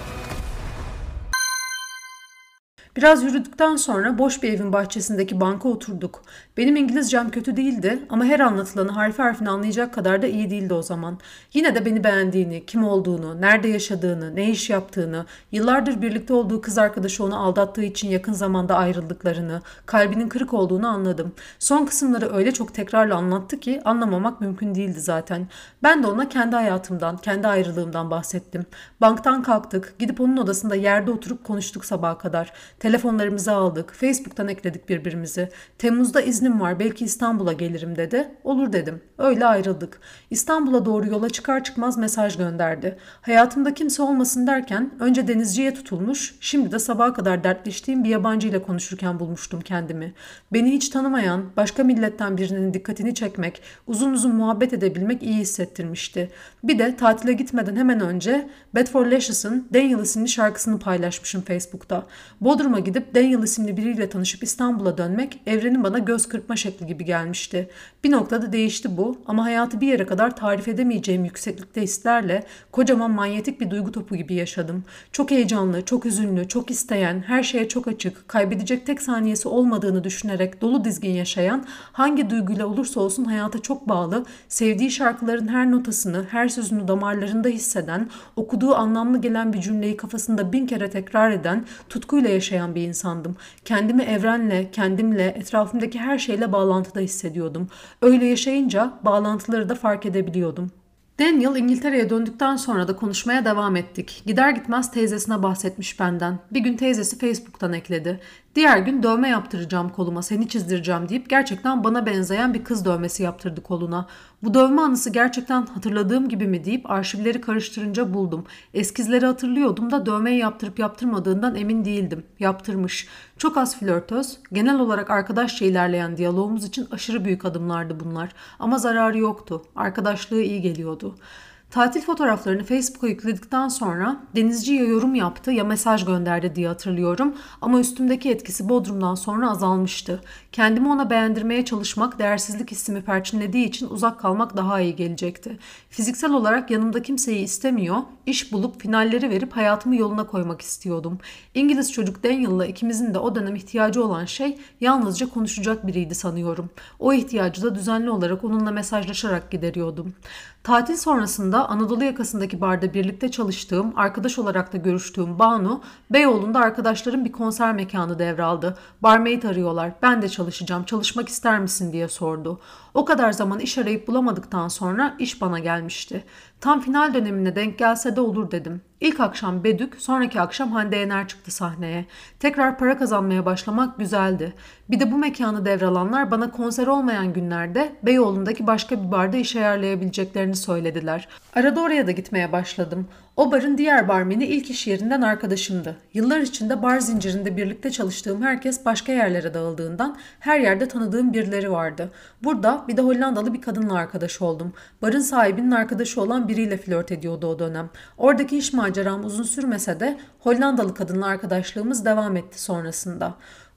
Biraz yürüdükten sonra boş bir evin bahçesindeki banka oturduk. Benim İngilizcem kötü değildi ama her anlatılanı harfi harfine anlayacak kadar da iyi değildi o zaman. Yine de beni beğendiğini, kim olduğunu, nerede yaşadığını, ne iş yaptığını, yıllardır birlikte olduğu kız arkadaşı onu aldattığı için yakın zamanda ayrıldıklarını, kalbinin kırık olduğunu anladım. Son kısımları öyle çok tekrarla anlattı ki anlamamak mümkün değildi zaten. Ben de ona kendi hayatımdan, kendi ayrılığımdan bahsettim. Banktan kalktık, gidip onun odasında yerde oturup konuştuk sabaha kadar. Telefonlarımızı aldık, Facebook'tan ekledik birbirimizi. Temmuz'da iznim var, belki İstanbul'a gelirim dedi. Olur dedim. Öyle ayrıldık. İstanbul'a doğru yola çıkar çıkmaz mesaj gönderdi. Hayatımda kimse olmasın derken önce denizciye tutulmuş, şimdi de sabaha kadar dertleştiğim bir yabancı ile konuşurken bulmuştum kendimi. Beni hiç tanımayan, başka milletten birinin dikkatini çekmek, uzun uzun muhabbet edebilmek iyi hissettirmişti. Bir de tatile gitmeden hemen önce Bad for Lashes'ın Daniel isimli şarkısını paylaşmışım Facebook'ta. Bodrum'a gidip Daniel isimli biriyle tanışıp İstanbul'a dönmek evrenin bana göz kırpma şekli gibi gelmişti. Bir noktada değişti bu ama hayatı bir yere kadar tarif edemeyeceğim yükseklikte hislerle kocaman manyetik bir duygu topu gibi yaşadım. Çok heyecanlı, çok üzünlü, çok isteyen, her şeye çok açık, kaybedecek tek saniyesi olmadığını düşünerek dolu dizgin yaşayan, hangi duyguyla olursa olsun hayata çok bağlı, sevdiği şarkıların her notasını, her sözünü damarlarında hisseden, okuduğu anlamlı gelen bir cümleyi kafasında 1000 kere tekrar eden, tutkuyla yaşayan bir insandım. Kendimi evrenle, kendimle, etrafımdaki her şeyle bağlantıda hissediyordum. Öyle yaşayınca bağlantıları da fark edebiliyordum. Daniel İngiltere'ye döndükten sonra da konuşmaya devam ettik. Gider gitmez teyzesine bahsetmiş benden. Bir gün teyzesi Facebook'tan ekledi. Diğer gün dövme yaptıracağım koluma, seni çizdireceğim deyip gerçekten bana benzeyen bir kız dövmesi yaptırdı koluna. Bu dövme anısı gerçekten hatırladığım gibi mi deyip arşivleri karıştırınca buldum. Eskizleri hatırlıyordum da dövmeyi yaptırıp yaptırmadığından emin değildim. Yaptırmış. Çok az flörtöz, genel olarak arkadaşça ilerleyen diyalogumuz için aşırı büyük adımlardı bunlar. Ama zararı yoktu. Arkadaşlığı iyi geliyordu. Tatil fotoğraflarını Facebook'a yükledikten sonra denizci ya yorum yaptı ya mesaj gönderdi diye hatırlıyorum ama üstümdeki etkisi Bodrum'dan sonra azalmıştı. Kendimi ona beğendirmeye çalışmak değersizlik hissimi perçinlediği için uzak kalmak daha iyi gelecekti. Fiziksel olarak yanımda kimseyi istemiyor, iş bulup finalleri verip hayatımı yoluna koymak istiyordum. İngiliz çocuk Daniel'la ikimizin de o dönem ihtiyacı olan şey yalnızca konuşacak biriydi sanıyorum. O ihtiyacı da düzenli olarak onunla mesajlaşarak gideriyordum. Tatil sonrasında Anadolu yakasındaki barda birlikte çalıştığım, arkadaş olarak da görüştüğüm Banu, Beyoğlu'nda arkadaşlarım bir konser mekanı devraldı. Barmaid arıyorlar, ben de çalışacağım, çalışmak ister misin diye sordu. O kadar zaman iş arayıp bulamadıktan sonra iş bana gelmişti. Tam final dönemine denk gelse de olur dedim. İlk akşam Bedük, sonraki akşam Hande Yener çıktı sahneye. Tekrar para kazanmaya başlamak güzeldi. Bir de bu mekanı devralanlar bana konser olmayan günlerde Beyoğlu'ndaki başka bir barda iş ayarlayabileceklerini söylediler. Arada oraya da gitmeye başladım. O barın diğer barmeni ilk iş yerinden arkadaşımdı. Yıllar içinde bar zincirinde birlikte çalıştığım herkes başka yerlere dağıldığından her yerde tanıdığım birileri vardı. Burada bir de Hollandalı bir kadınla arkadaş oldum. Barın sahibinin arkadaşı olan biriyle flört ediyordu o dönem. Oradaki iş maceram uzun sürmese de Hollandalı kadınla arkadaşlığımız devam etti sonrasında.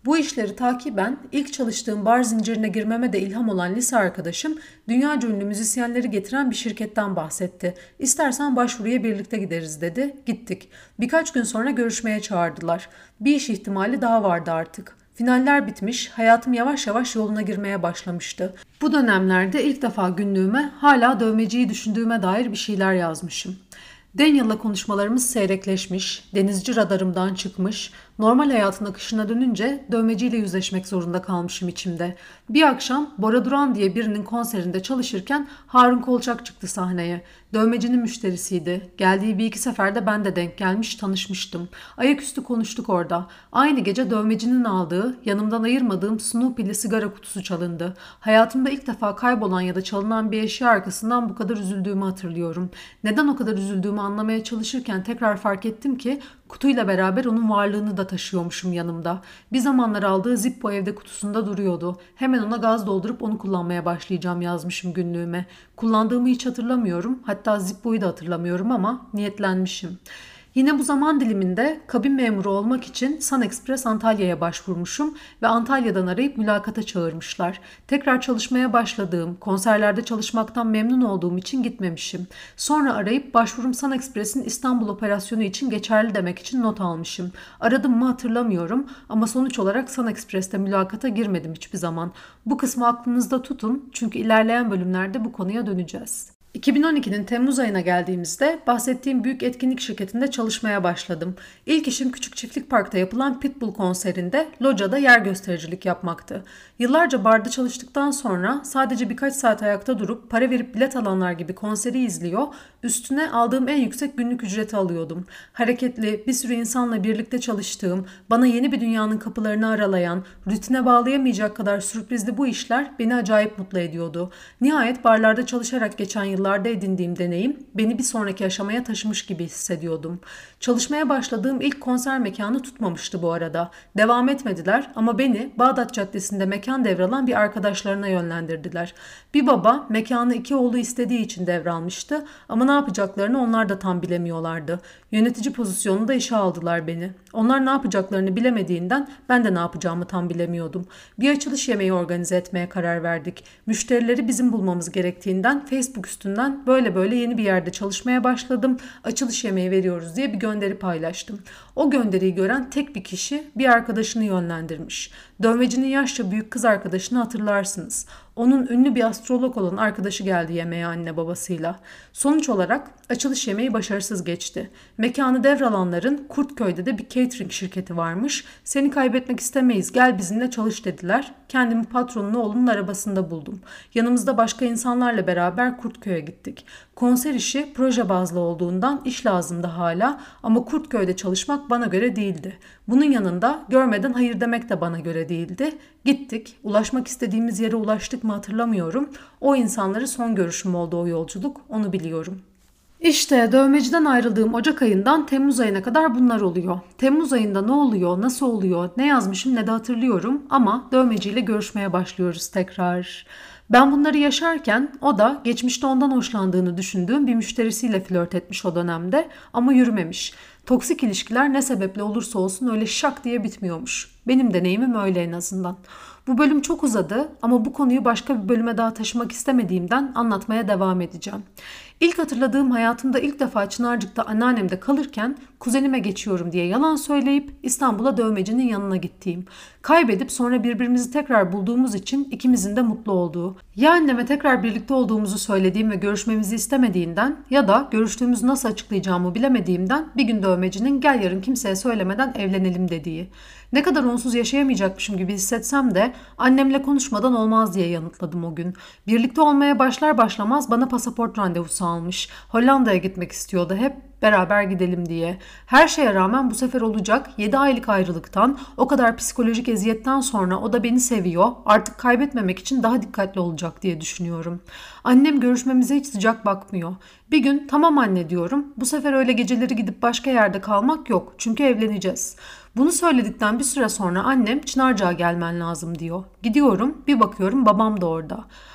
Bu işleri takiben ilk çalıştığım bar zincirine girmeme de ilham olan lise arkadaşım dünyaca ünlü müzisyenleri getiren bir şirketten bahsetti. İstersen başvuruya birlikte gideriz dedi. Gittik. Birkaç gün sonra görüşmeye çağırdılar. Bir iş ihtimali daha vardı artık. Finaller bitmiş, hayatım yavaş yavaş yoluna girmeye başlamıştı. Bu dönemlerde ilk defa günlüğüme hala dövmeciyi düşündüğüme dair bir şeyler yazmışım. Daniel'la konuşmalarımız seyrekleşmiş, denizci radarımdan çıkmış, normal hayatın akışına dönünce dövmeciyle yüzleşmek zorunda kalmışım içimde. Bir akşam Bora Duran diye birinin konserinde çalışırken Harun Kolçak çıktı sahneye. Dövmecinin müşterisiydi. Geldiği bir iki seferde ben de denk gelmiş, tanışmıştım. Ayaküstü konuştuk orada. Aynı gece dövmecinin aldığı, yanımdan ayırmadığım Snoopy'li sigara kutusu çalındı. Hayatımda ilk defa kaybolan ya da çalınan bir eşya arkasından bu kadar üzüldüğümü hatırlıyorum. Neden o kadar üzüldüğümü anlamaya çalışırken tekrar fark ettim ki kutuyla beraber onun varlığını da taşıyormuşum yanımda. Bir zamanlar aldığı Zippo evde kutusunda duruyordu. Hemen ona gaz doldurup onu kullanmaya başlayacağım yazmışım günlüğüme. Kullandığımı hiç hatırlamıyorum. Hatta Zippo'yu da hatırlamıyorum ama niyetlenmişim. Yine bu zaman diliminde kabin memuru olmak için Sun Express Antalya'ya başvurmuşum ve Antalya'dan arayıp mülakata çağırmışlar. Tekrar çalışmaya başladığım, konserlerde çalışmaktan memnun olduğum için gitmemişim. Sonra arayıp başvurum Sun Express'in İstanbul operasyonu için geçerli demek için not almışım. Aradım mı hatırlamıyorum ama sonuç olarak Sun Express'te mülakata girmedim hiçbir zaman. Bu kısmı aklınızda tutun çünkü ilerleyen bölümlerde bu konuya döneceğiz. 2012'nin Temmuz ayına geldiğimizde bahsettiğim büyük etkinlik şirketinde çalışmaya başladım. İlk işim küçük çiftlik parkta yapılan Pitbull konserinde locada yer göstericilik yapmaktı. Yıllarca barda çalıştıktan sonra sadece birkaç saat ayakta durup para verip bilet alanlar gibi konseri izliyor, üstüne aldığım en yüksek günlük ücreti alıyordum. Hareketli, bir sürü insanla birlikte çalıştığım, bana yeni bir dünyanın kapılarını aralayan, rutine bağlayamayacak kadar sürprizli bu işler beni acayip mutlu ediyordu. Nihayet barlarda çalışarak geçen yıllarda edindiğim deneyim beni bir sonraki aşamaya taşımış gibi hissediyordum. Çalışmaya başladığım ilk konser mekanı tutmamıştı bu arada. Devam etmediler ama beni Bağdat Caddesi'nde mekan devralan bir arkadaşlarına yönlendirdiler. Bir baba mekanı iki oğlu istediği için devralmıştı ama ne yapacaklarını onlar da tam bilemiyorlardı. Yönetici pozisyonunda işe aldılar beni. Onlar ne yapacaklarını bilemediğinden ben de ne yapacağımı tam bilemiyordum. Bir açılış yemeği organize etmeye karar verdik. Müşterileri bizim bulmamız gerektiğinden Facebook üstünden böyle yeni bir yerde çalışmaya başladım. Açılış yemeği veriyoruz diye bir gönderi paylaştım. O gönderiyi gören tek bir kişi bir arkadaşını yönlendirmiş. Dövmecinin yaşça büyük kız arkadaşını hatırlarsınız. Onun ünlü bir astrolog olan arkadaşı geldi yemeğe anne babasıyla. Sonuç olarak açılış yemeği başarısız geçti. Mekanı devralanların Kurtköy'de de bir catering şirketi varmış. Seni kaybetmek istemeyiz, gel bizimle çalış dediler. Kendimi patronun oğlunun arabasında buldum. Yanımızda başka insanlarla beraber Kurtköy'e gittik. Konser işi proje bazlı olduğundan iş lazımdı hala ama Kurtköy'de çalışmak bana göre değildi. Bunun yanında görmeden hayır demek de bana göre değildi. Gittik, ulaşmak istediğimiz yere ulaştık mı hatırlamıyorum. O insanları son görüşüm oldu o yolculuk, onu biliyorum. İşte dövmeciden ayrıldığım Ocak ayından Temmuz ayına kadar bunlar oluyor. Temmuz ayında ne oluyor, nasıl oluyor, ne yazmışım ne de hatırlıyorum ama dövmeciyle görüşmeye başlıyoruz tekrar. Ben bunları yaşarken o da geçmişte ondan hoşlandığını düşündüğüm bir müşterisiyle flört etmiş o dönemde ama yürümemiş. Toksik ilişkiler ne sebeple olursa olsun öyle şak diye bitmiyormuş. Benim deneyimim öyle en azından. Bu bölüm çok uzadı ama bu konuyu başka bir bölüme daha taşımak istemediğimden anlatmaya devam edeceğim. İlk hatırladığım hayatımda ilk defa Çınarcık'ta anneannemde kalırken kuzenime geçiyorum diye yalan söyleyip İstanbul'a dövmecinin yanına gittiğim. Kaybedip sonra birbirimizi tekrar bulduğumuz için ikimizin de mutlu olduğu. Ya anneme tekrar birlikte olduğumuzu söylediğim ve görüşmemizi istemediğinden ya da görüştüğümüzü nasıl açıklayacağımı bilemediğimden bir gün dövmecinin gel yarın kimseye söylemeden evlenelim dediği. Ne kadar onsuz yaşayamayacakmışım gibi hissetsem de annemle konuşmadan olmaz diye yanıtladım o gün. Birlikte olmaya başlar başlamaz bana pasaport randevusu almış. Hollanda'ya gitmek istiyordu hep. Beraber gidelim diye. Her şeye rağmen bu sefer olacak 7 aylık ayrılıktan, o kadar psikolojik eziyetten sonra o da beni seviyor. Artık kaybetmemek için daha dikkatli olacak diye düşünüyorum. Annem görüşmemize hiç sıcak bakmıyor. Bir gün tamam anne diyorum. Bu sefer öyle geceleri gidip başka yerde kalmak yok. Çünkü evleneceğiz. Bunu söyledikten bir süre sonra annem Çınarcık'a gelmen lazım diyor. Gidiyorum, bir bakıyorum babam da orada.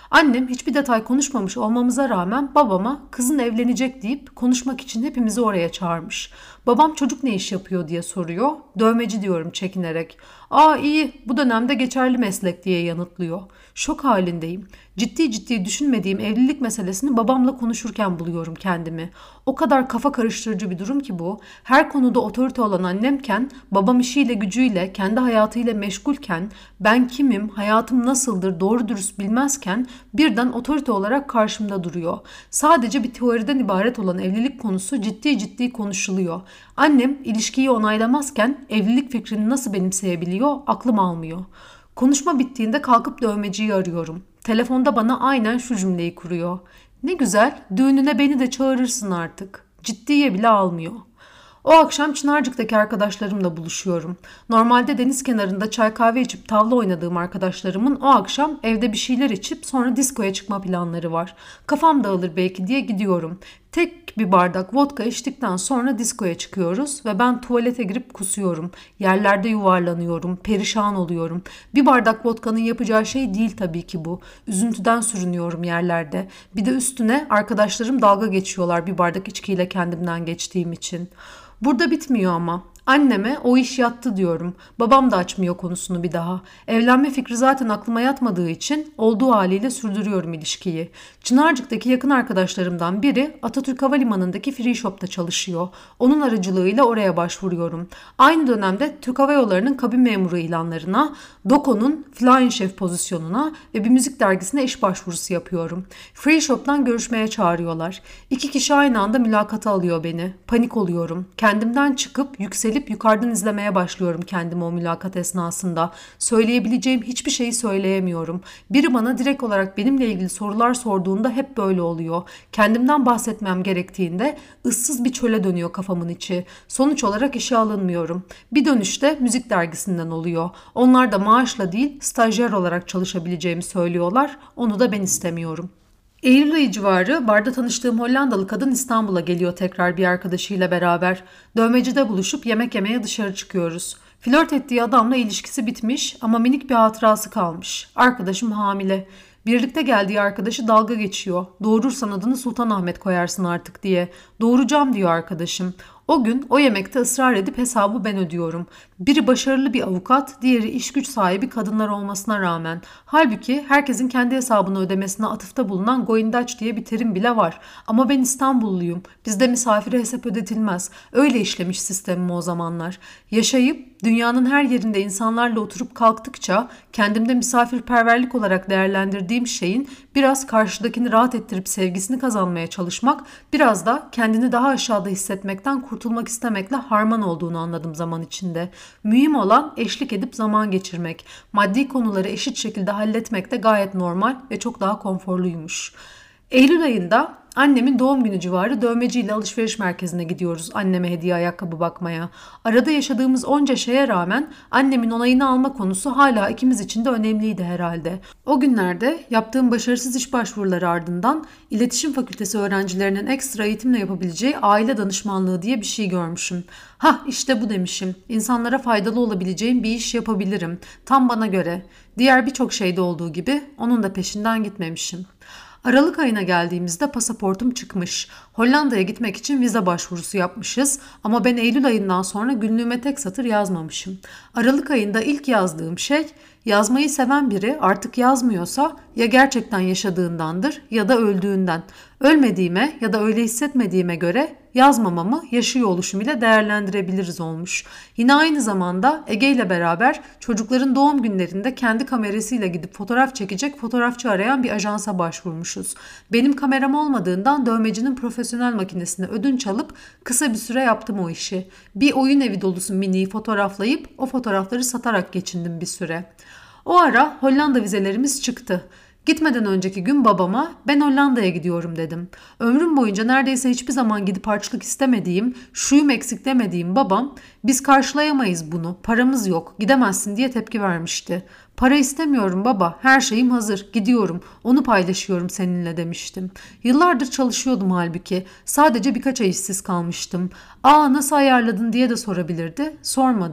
Annem hiçbir detay konuşmamış olmamıza rağmen babama kızın evlenecek deyip konuşmak için hepimizi oraya çağırmış. Babam çocuk ne iş yapıyor diye soruyor. Dövmeci diyorum çekinerek. Aa iyi, bu dönemde geçerli meslek diye yanıtlıyor. Şok halindeyim. Ciddi ciddi düşünmediğim evlilik meselesini babamla konuşurken buluyorum kendimi. O kadar kafa karıştırıcı bir durum ki bu. Her konuda otorite olan annemken, babam işiyle gücüyle, kendi hayatıyla meşgulken, ben kimim, hayatım nasıldır doğru dürüst bilmezken birden otorite olarak karşımda duruyor. Sadece bir teoriden ibaret olan evlilik konusu ciddi ciddi konuşuluyor. Annem ilişkiyi onaylamazken evlilik fikrini nasıl benimseyebiliyor aklım almıyor. Konuşma bittiğinde kalkıp dövmeciyi arıyorum. Telefonda bana aynen şu cümleyi kuruyor. Ne güzel, düğününe beni de çağırırsın artık. Ciddiye bile almıyor. O akşam Çınarcık'taki arkadaşlarımla buluşuyorum. Normalde deniz kenarında çay kahve içip tavla oynadığım arkadaşlarımın o akşam evde bir şeyler içip sonra diskoya çıkma planları var. Kafam dağılır belki diye gidiyorum. Tek bir bardak vodka içtikten sonra diskoya çıkıyoruz ve ben tuvalete girip kusuyorum. Yerlerde yuvarlanıyorum, perişan oluyorum. Bir bardak vodkanın yapacağı şey değil tabii ki bu. Üzüntüden sürünüyorum yerlerde. Bir de üstüne arkadaşlarım dalga geçiyorlar bir bardak içkiyle kendimden geçtiğim için. Burada bitmiyor ama. Anneme o iş yattı diyorum. Babam da açmıyor konusunu bir daha. Evlenme fikri zaten aklıma yatmadığı için olduğu haliyle sürdürüyorum ilişkiyi. Çınarcık'taki yakın arkadaşlarımdan biri Atatürk Havalimanı'ndaki free shop'ta çalışıyor. Onun aracılığıyla oraya başvuruyorum. Aynı dönemde Türk Hava Yolları'nın kabin memuru ilanlarına, Doko'nun Flying Chef pozisyonuna ve bir müzik dergisine iş başvurusu yapıyorum. Free shop'tan görüşmeye çağırıyorlar. 2 kişi aynı anda mülakata alıyor beni. Panik oluyorum. Kendimden çıkıp yükselip yukarıdan izlemeye başlıyorum kendimi o mülakat esnasında. Söyleyebileceğim hiçbir şeyi söyleyemiyorum. Biri bana direkt olarak benimle ilgili sorular sorduğunda hep böyle oluyor. Kendimden bahsetmem gerektiğinde ıssız bir çöle dönüyor kafamın içi. Sonuç olarak işe alınmıyorum. Bir dönüşte müzik dergisinden oluyor. Onlar da maaşla değil stajyer olarak çalışabileceğimi söylüyorlar. Onu da ben istemiyorum. Eylül ayı civarı barda tanıştığım Hollandalı kadın İstanbul'a geliyor tekrar bir arkadaşıyla beraber. Dövmecide buluşup yemek yemeye dışarı çıkıyoruz. Flört ettiği adamla ilişkisi bitmiş ama minik bir hatırası kalmış. Arkadaşım hamile. Birlikte geldiği arkadaşı dalga geçiyor. Doğurursan adını Sultanahmet koyarsın artık diye. Doğuracağım diyor arkadaşım. O gün o yemekte ısrar edip hesabı ben ödüyorum. Biri başarılı bir avukat, diğeri iş güç sahibi kadınlar olmasına rağmen. Halbuki herkesin kendi hesabını ödemesine atıfta bulunan goyundaç diye bir terim bile var. Ama ben İstanbulluyum. Bizde misafire hesap ödetilmez. Öyle işlemiş sistemim o zamanlar. Yaşayıp dünyanın her yerinde insanlarla oturup kalktıkça kendimde misafirperverlik olarak değerlendirdiğim şeyin biraz karşıdakini rahat ettirip sevgisini kazanmaya çalışmak, biraz da kendini daha aşağıda hissetmekten kurtulmak istemekle harman olduğunu anladım zaman içinde. Mühim olan eşlik edip zaman geçirmek. Maddi konuları eşit şekilde halletmek de gayet normal ve çok daha konforluymuş. Eylül ayında annemin doğum günü civarı dövmeciyle alışveriş merkezine gidiyoruz anneme hediye ayakkabı bakmaya. Arada yaşadığımız onca şeye rağmen annemin onayını alma konusu hala ikimiz için de önemliydi herhalde. O günlerde yaptığım başarısız iş başvuruları ardından İletişim Fakültesi öğrencilerinin ekstra eğitimle yapabileceği aile danışmanlığı diye bir şey görmüşüm. Hah işte bu demişim. İnsanlara faydalı olabileceğim bir iş yapabilirim. Tam bana göre. Diğer birçok şeyde olduğu gibi onun da peşinden gitmemişim. Aralık ayına geldiğimizde pasaportum çıkmış. Hollanda'ya gitmek için vize başvurusu yapmışız ama ben Eylül ayından sonra günlüğüme tek satır yazmamışım. Aralık ayında ilk yazdığım şey, yazmayı seven biri artık yazmıyorsa ya gerçekten yaşadığındandır ya da öldüğünden. Ölmediğime ya da öyle hissetmediğime göre yazmamamı yaşıyor oluşum ile değerlendirebiliriz olmuş. Yine aynı zamanda Ege ile beraber çocukların doğum günlerinde kendi kamerasıyla gidip fotoğraf çekecek fotoğrafçı arayan bir ajansa başvurmuşuz. Benim kameram olmadığından dövmecinin profesyonel makinesine ödünç alıp kısa bir süre yaptım o işi. Bir oyun evi dolusu miniyi fotoğraflayıp o fotoğrafları satarak geçindim bir süre. O ara Hollanda vizelerimiz çıktı. Gitmeden önceki gün babama ben Hollanda'ya gidiyorum dedim. Ömrüm boyunca neredeyse hiçbir zaman gidip harçlık istemediğim, şuyum eksik demediğim babam biz karşılayamayız bunu, paramız yok, gidemezsin diye tepki vermişti. Para istemiyorum baba, her şeyim hazır, gidiyorum, onu paylaşıyorum seninle demiştim. Yıllardır çalışıyordum halbuki, sadece birkaç ay işsiz kalmıştım. Aa nasıl ayarladın diye de sorabilirdi, sormadı.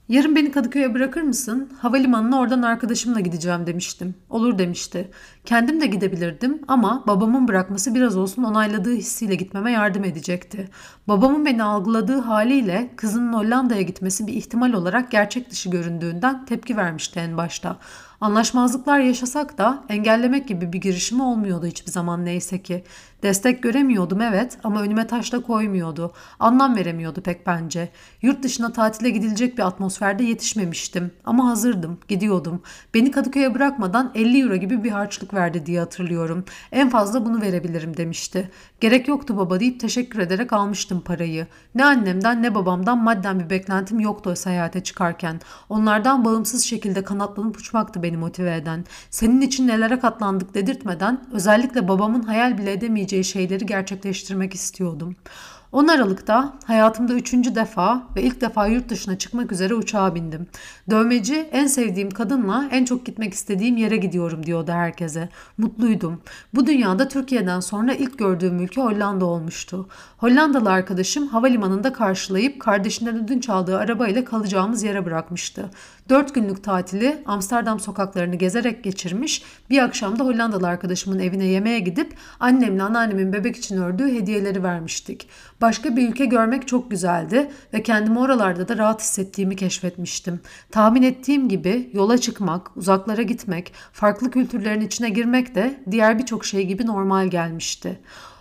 Yarın beni Kadıköy'e bırakır mısın? Havalimanına oradan arkadaşımla gideceğim demiştim. Olur demişti. Kendim de gidebilirdim ama babamın bırakması biraz olsun onayladığı hissiyle gitmeme yardım edecekti. Babamın beni algıladığı haliyle kızının Hollanda'ya gitmesi bir ihtimal olarak gerçek dışı göründüğünden tepki vermişti en başta. Anlaşmazlıklar yaşasak da engellemek gibi bir girişimi olmuyordu hiçbir zaman neyse ki. Destek göremiyordum evet ama önüme taş da koymuyordu. Anlam veremiyordu pek bence. Yurt dışına tatile gidilecek bir atmosferde yetişmemiştim. Ama hazırdım, gidiyordum. Beni Kadıköy'e bırakmadan 50 euro gibi bir harçlık verdi diye hatırlıyorum. En fazla bunu verebilirim demişti. Gerek yoktu baba deyip teşekkür ederek almıştım parayı. Ne annemden ne babamdan madden bir beklentim yoktu o seyahate çıkarken. Onlardan bağımsız şekilde kanatlanıp uçmaktı beni motive eden. Senin için nelere katlandık dedirtmeden özellikle babamın hayal bile edemeyeceği şeyleri gerçekleştirmek istiyordum. 10 Aralık'ta hayatımda 3. defa ve ilk defa yurt dışına çıkmak üzere uçağa bindim. Dövmeci en sevdiğim kadınla en çok gitmek istediğim yere gidiyorum diyordu herkese. Mutluydum. Bu dünyada Türkiye'den sonra ilk gördüğüm ülke Hollanda olmuştu. Hollandalı arkadaşım havalimanında karşılayıp kardeşinden ödünç aldığı arabayla kalacağımız yere bırakmıştı. 4 günlük tatili Amsterdam sokaklarını gezerek geçirmiş, bir akşam da Hollandalı arkadaşımın evine yemeğe gidip annemle anneannemin bebek için ördüğü hediyeleri vermiştik. Başka bir ülke görmek çok güzeldi ve kendimi oralarda da rahat hissettiğimi keşfetmiştim. Tahmin ettiğim gibi yola çıkmak, uzaklara gitmek, farklı kültürlerin içine girmek de diğer birçok şey gibi normal gelmişti.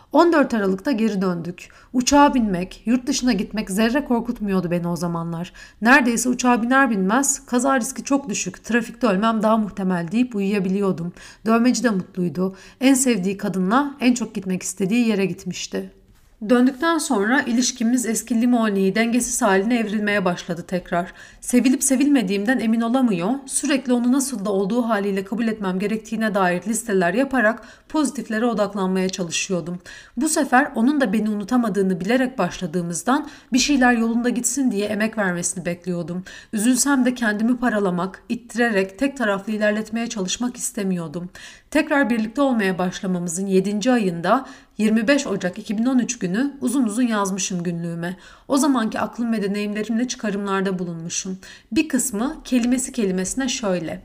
14 Aralık'ta geri döndük. Uçağa binmek, yurt dışına gitmek zerre korkutmuyordu beni o zamanlar. Neredeyse uçağa biner binmez kaza riski çok düşük, trafikte ölmem daha muhtemel deyip uyuyabiliyordum. Dövmeci de mutluydu. En sevdiği kadınla en çok gitmek istediği yere gitmişti. Döndükten sonra ilişkimiz eski limoniyi dengesiz haline evrilmeye başladı tekrar. Sevilip sevilmediğimden emin olamıyor, sürekli onu nasıl da olduğu haliyle kabul etmem gerektiğine dair listeler yaparak pozitiflere odaklanmaya çalışıyordum. Bu sefer onun da beni unutamadığını bilerek başladığımızdan bir şeyler yolunda gitsin diye emek vermesini bekliyordum. Üzülsem de kendimi paralamak, ittirerek tek taraflı ilerletmeye çalışmak istemiyordum. Tekrar birlikte olmaya başlamamızın 7. ayında 25 Ocak 2013 günü uzun uzun yazmışım günlüğüme. O zamanki aklım ve deneyimlerimle çıkarımlarda bulunmuşum. Bir kısmı kelimesi kelimesine şöyle.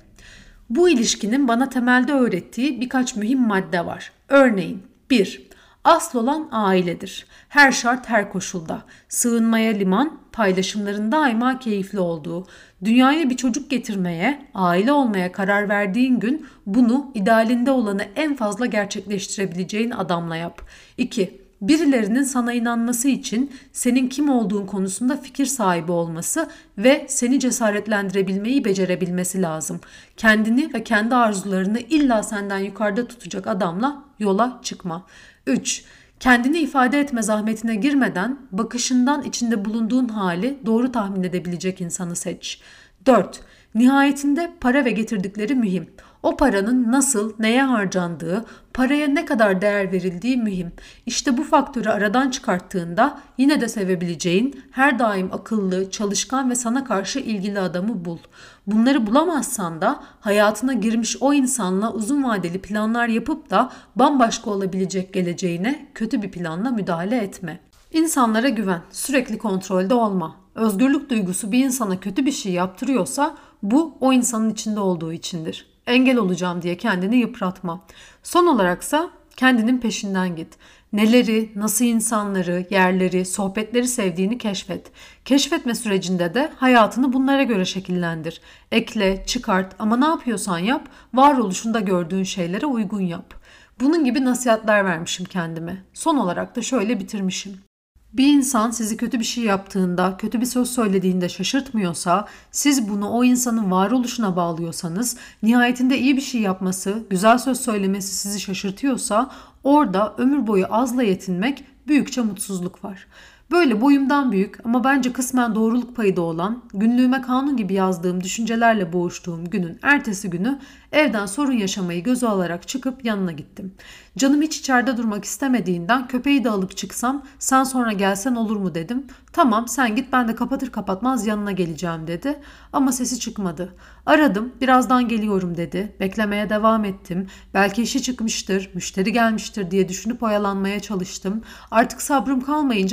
Bu ilişkinin bana temelde öğrettiği birkaç mühim madde var. Örneğin 1. Asıl olan ailedir. Her şart her koşulda. Sığınmaya liman, paylaşımların daima keyifli olduğu. Dünyaya bir çocuk getirmeye, aile olmaya karar verdiğin gün bunu idealinde olanı en fazla gerçekleştirebileceğin adamla yap. 2. Birilerinin sana inanması için senin kim olduğun konusunda fikir sahibi olması ve seni cesaretlendirebilmeyi becerebilmesi lazım. Kendini ve kendi arzularını illa senden yukarıda tutacak adamla yola çıkma. 3. Kendini ifade etme zahmetine girmeden bakışından içinde bulunduğun hali doğru tahmin edebilecek insanı seç. 4. Nihayetinde para ve getirdikleri mühim. O paranın nasıl, neye harcandığı, paraya ne kadar değer verildiği mühim. İşte bu faktörü aradan çıkarttığında yine de sevebileceğin, her daim akıllı, çalışkan ve sana karşı ilgili adamı bul. Bunları bulamazsan da hayatına girmiş o insanla uzun vadeli planlar yapıp da bambaşka olabilecek geleceğine kötü bir planla müdahale etme. İnsanlara güven, sürekli kontrolde olma. Özgürlük duygusu bir insana kötü bir şey yaptırıyorsa bu o insanın içinde olduğu içindir. Engel olacağım diye kendini yıpratma. Son olaraksa kendinin peşinden git. Neleri, nasıl insanları, yerleri, sohbetleri sevdiğini keşfet. Keşfetme sürecinde de hayatını bunlara göre şekillendir. Ekle, çıkart ama ne yapıyorsan yap, varoluşunda gördüğün şeylere uygun yap. Bunun gibi nasihatler vermişim kendime. Son olarak da şöyle bitirmişim. Bir insan sizi kötü bir şey yaptığında, kötü bir söz söylediğinde şaşırtmıyorsa, siz bunu o insanın varoluşuna bağlıyorsanız, nihayetinde iyi bir şey yapması, güzel söz söylemesi sizi şaşırtıyorsa, orada ömür boyu azla yetinmek büyükçe mutsuzluk var. Böyle boyumdan büyük ama bence kısmen doğruluk payı da olan, günlüğüme kanun gibi yazdığım düşüncelerle boğuştuğum günün ertesi günü evden sorun yaşamayı göze alarak çıkıp yanına gittim. Canım hiç içeride durmak istemediğinden köpeği de alıp çıksam sen sonra gelsen olur mu dedim. Tamam sen git ben de kapatır kapatmaz yanına geleceğim dedi ama sesi çıkmadı. Aradım birazdan geliyorum dedi. Beklemeye devam ettim. Belki işi çıkmıştır, müşteri gelmiştir diye düşünüp oyalanmaya çalıştım. Artık sabrım kalmayınca kalkıp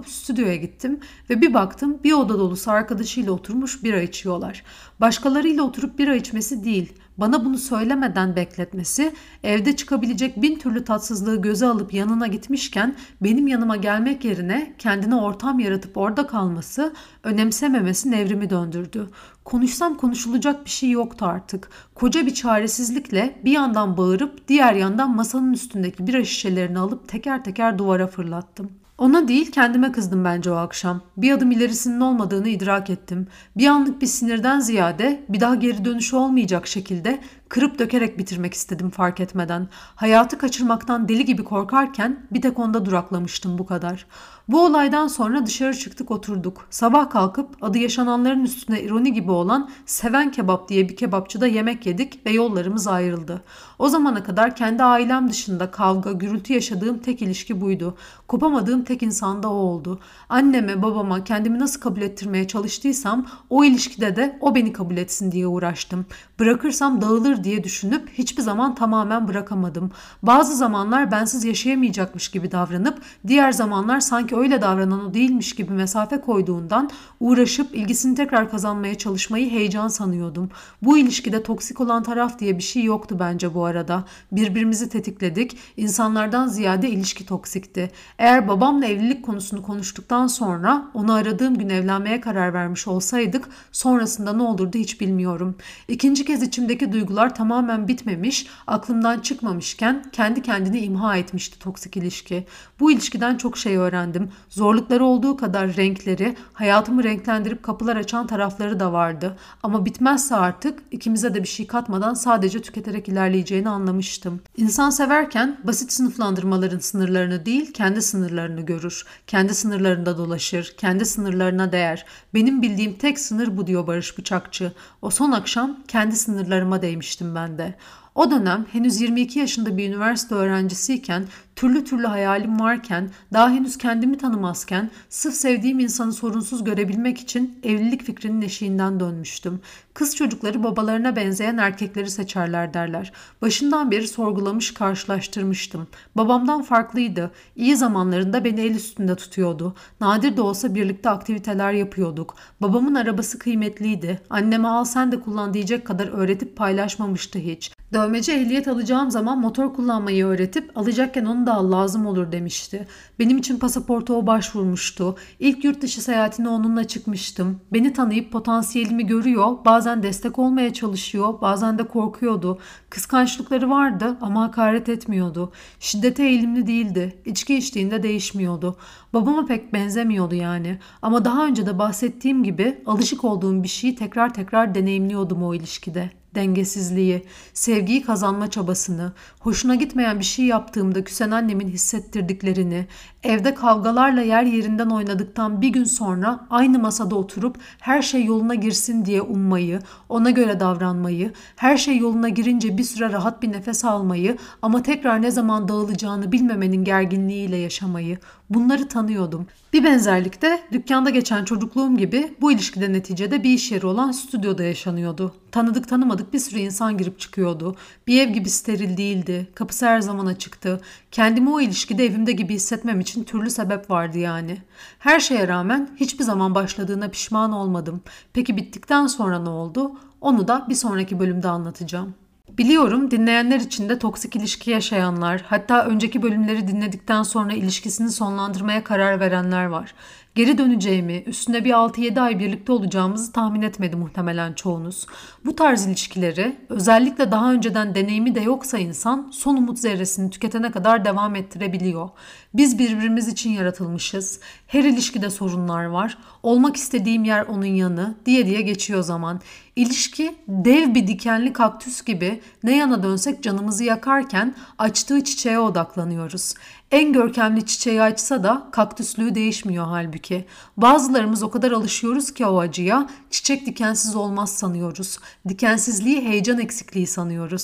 alıp stüdyoya gittim ve bir baktım bir oda dolusu arkadaşıyla oturmuş bira içiyorlar. Başkalarıyla oturup bira içmesi değil, bana bunu söylemeden bekletmesi, evde çıkabilecek 1000 türlü tatsızlığı göze alıp yanına gitmişken benim yanıma gelmek yerine kendine ortam yaratıp orada kalması, önemsememesi nevrimi döndürdü. Konuşsam konuşulacak bir şey yoktu artık. Koca bir çaresizlikle bir yandan bağırıp diğer yandan masanın üstündeki bira şişelerini alıp teker teker duvara fırlattım. Ona değil kendime kızdım bence o akşam. Bir adım ilerisinin olmadığını idrak ettim. Bir anlık bir sinirden ziyade bir daha geri dönüşü olmayacak şekilde kırıp dökerek bitirmek istedim fark etmeden. Hayatı kaçırmaktan deli gibi korkarken bir tek onda duraklamıştım bu kadar. Bu olaydan sonra dışarı çıktık oturduk. Sabah kalkıp adı yaşananların üstüne ironi gibi olan Seven Kebap diye bir kebapçıda yemek yedik ve yollarımız ayrıldı. O zamana kadar kendi ailem dışında kavga, gürültü yaşadığım tek ilişki buydu. Kopamadığım tek insan da o oldu. Anneme, babama kendimi nasıl kabul ettirmeye çalıştıysam o ilişkide de o beni kabul etsin diye uğraştım. Bırakırsam dağılır diye düşünüp hiçbir zaman tamamen bırakamadım. Bazı zamanlar bensiz yaşayamayacakmış gibi davranıp diğer zamanlar sanki öyle davranan o değilmiş gibi mesafe koyduğundan uğraşıp ilgisini tekrar kazanmaya çalışmayı heyecan sanıyordum. Bu ilişkide toksik olan taraf diye bir şey yoktu bence bu arada. Birbirimizi tetikledik. İnsanlardan ziyade ilişki toksikti. Eğer babamla evlilik konusunu konuştuktan sonra onu aradığım gün evlenmeye karar vermiş olsaydık sonrasında ne olurdu hiç bilmiyorum. İkinci kez içimdeki duygular tamamen bitmemiş, aklımdan çıkmamışken kendi kendini imha etmişti toksik ilişki. Bu ilişkiden çok şey öğrendim. Zorlukları olduğu kadar renkleri, hayatımı renklendirip kapılar açan tarafları da vardı. Ama bitmezse artık ikimize de bir şey katmadan sadece tüketerek ilerleyeceğini anlamıştım. İnsan severken basit sınıflandırmaların sınırlarını değil, kendi sınırlarını görür. Kendi sınırlarında dolaşır, kendi sınırlarına değer. Benim bildiğim tek sınır bu diyor Barış Bıçakçı. O son akşam kendi sınırlarıma değmiştim ben de. O dönem henüz 22 yaşında bir üniversite öğrencisiyken, türlü türlü hayalim varken, daha henüz kendimi tanımazken, sırf sevdiğim insanı sorunsuz görebilmek için evlilik fikrinin eşiğinden dönmüştüm. Kız çocukları babalarına benzeyen erkekleri seçerler derler. Başından beri sorgulamış, karşılaştırmıştım. Babamdan farklıydı. İyi zamanlarında beni el üstünde tutuyordu. Nadir de olsa birlikte aktiviteler yapıyorduk. Babamın arabası kıymetliydi. Anneme al sen de kullan diyecek kadar öğretip paylaşmamıştı hiç. Dövmeci ehliyet alacağım zaman motor kullanmayı öğretip alacakken onu da al lazım olur demişti. Benim için pasaporta o başvurmuştu. İlk yurt dışı seyahatine onunla çıkmıştım. Beni tanıyıp potansiyelimi görüyor, bazen destek olmaya çalışıyor, bazen de korkuyordu. Kıskançlıkları vardı ama hakaret etmiyordu. Şiddete eğilimli değildi. İçki içtiğinde değişmiyordu. Babama pek benzemiyordu yani. Ama daha önce de bahsettiğim gibi alışık olduğum bir şeyi tekrar tekrar deneyimliyordum o ilişkide. Dengesizliği, sevgiyi kazanma çabasını, hoşuna gitmeyen bir şey yaptığımda küsen annemin hissettirdiklerini, evde kavgalarla yer yerinden oynadıktan bir gün sonra aynı masada oturup her şey yoluna girsin diye ummayı, ona göre davranmayı, her şey yoluna girince bir süre rahat bir nefes almayı ama tekrar ne zaman dağılacağını bilmemenin gerginliğiyle yaşamayı, bunları tanıyordum. Bir benzerlik de dükkanda geçen çocukluğum gibi bu ilişkide neticede bir iş yeri olan stüdyoda yaşanıyordu. Tanıdık tanımadık bir sürü insan girip çıkıyordu. Bir ev gibi steril değildi. Kapısı her zaman açıktı. Kendimi o ilişkide evimde gibi hissetmem için türlü sebep vardı yani. Her şeye rağmen hiçbir zaman başladığına pişman olmadım. Peki bittikten sonra ne oldu? Onu da bir sonraki bölümde anlatacağım. Biliyorum dinleyenler içinde toksik ilişki yaşayanlar, hatta önceki bölümleri dinledikten sonra ilişkisini sonlandırmaya karar verenler var. Geri döneceğimi, üstüne bir 6-7 ay birlikte olacağımızı tahmin etmedi muhtemelen çoğunuz. Bu tarz ilişkileri, özellikle daha önceden deneyimi de yoksa insan son umut zerresini tüketene kadar devam ettirebiliyor. Biz birbirimiz için yaratılmışız. Her ilişkide sorunlar var. Olmak istediğim yer onun yanı diye geçiyor zaman. İlişki dev bir dikenli kaktüs gibi ne yana dönsek canımızı yakarken açtığı çiçeğe odaklanıyoruz. En görkemli çiçeği açsa da kaktüslüğü değişmiyor halbuki. Bazılarımız o kadar alışıyoruz ki o acıya, çiçek dikensiz olmaz sanıyoruz. Dikensizliği heyecan eksikliği sanıyoruz.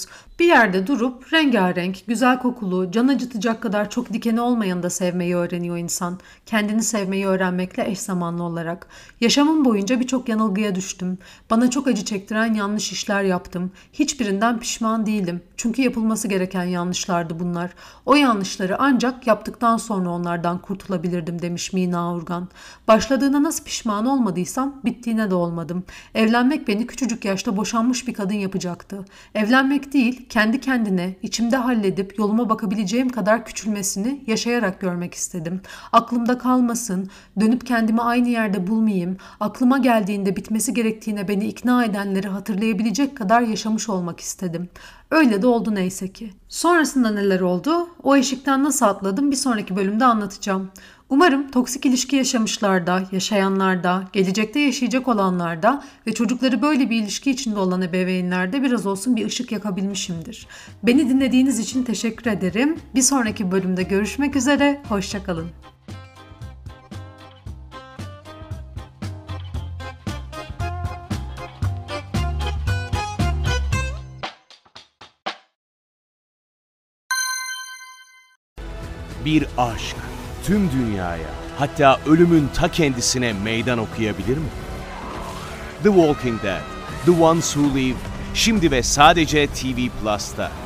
Bir yerde durup rengarenk, güzel kokulu, can acıtacak kadar çok dikeni olmayanı da sevmeyi öğreniyor insan. Kendini sevmeyi öğrenmekle eş zamanlı olarak. Yaşamım boyunca birçok yanılgıya düştüm. Bana çok acı çektiren yanlış işler yaptım. Hiçbirinden pişman değilim. Çünkü yapılması gereken yanlışlardı bunlar. O yanlışları ancak yaptıktan sonra onlardan kurtulabilirdim demiş Mina Urgan. Başladığına nasıl pişman olmadıysam bittiğine de olmadım. Evlenmek beni küçücük yaşta boşanmış bir kadın yapacaktı. Evlenmek değil, kendi kendine içimde halledip yoluma bakabileceğim kadar küçülmesini yaşayarak görmek istedim. Aklımda kalmasın, dönüp kendimi aynı yerde bulmayayım, aklıma geldiğinde bitmesi gerektiğine beni ikna edenleri hatırlayabilecek kadar yaşamış olmak istedim. Öyle de oldu neyse ki. Sonrasında neler oldu? O eşikten nasıl atladım bir sonraki bölümde anlatacağım. Umarım toksik ilişki yaşamışlarda, yaşayanlarda, gelecekte yaşayacak olanlarda ve çocukları böyle bir ilişki içinde olan ebeveynlerde biraz olsun bir ışık yakabilmişimdir. Beni dinlediğiniz için teşekkür ederim. Bir sonraki bölümde görüşmek üzere, hoşça kalın.
Bir aşk tüm dünyaya, hatta ölümün ta kendisine meydan okuyabilir mi? The Walking Dead, The Ones Who Live, şimdi ve sadece TV Plus'ta.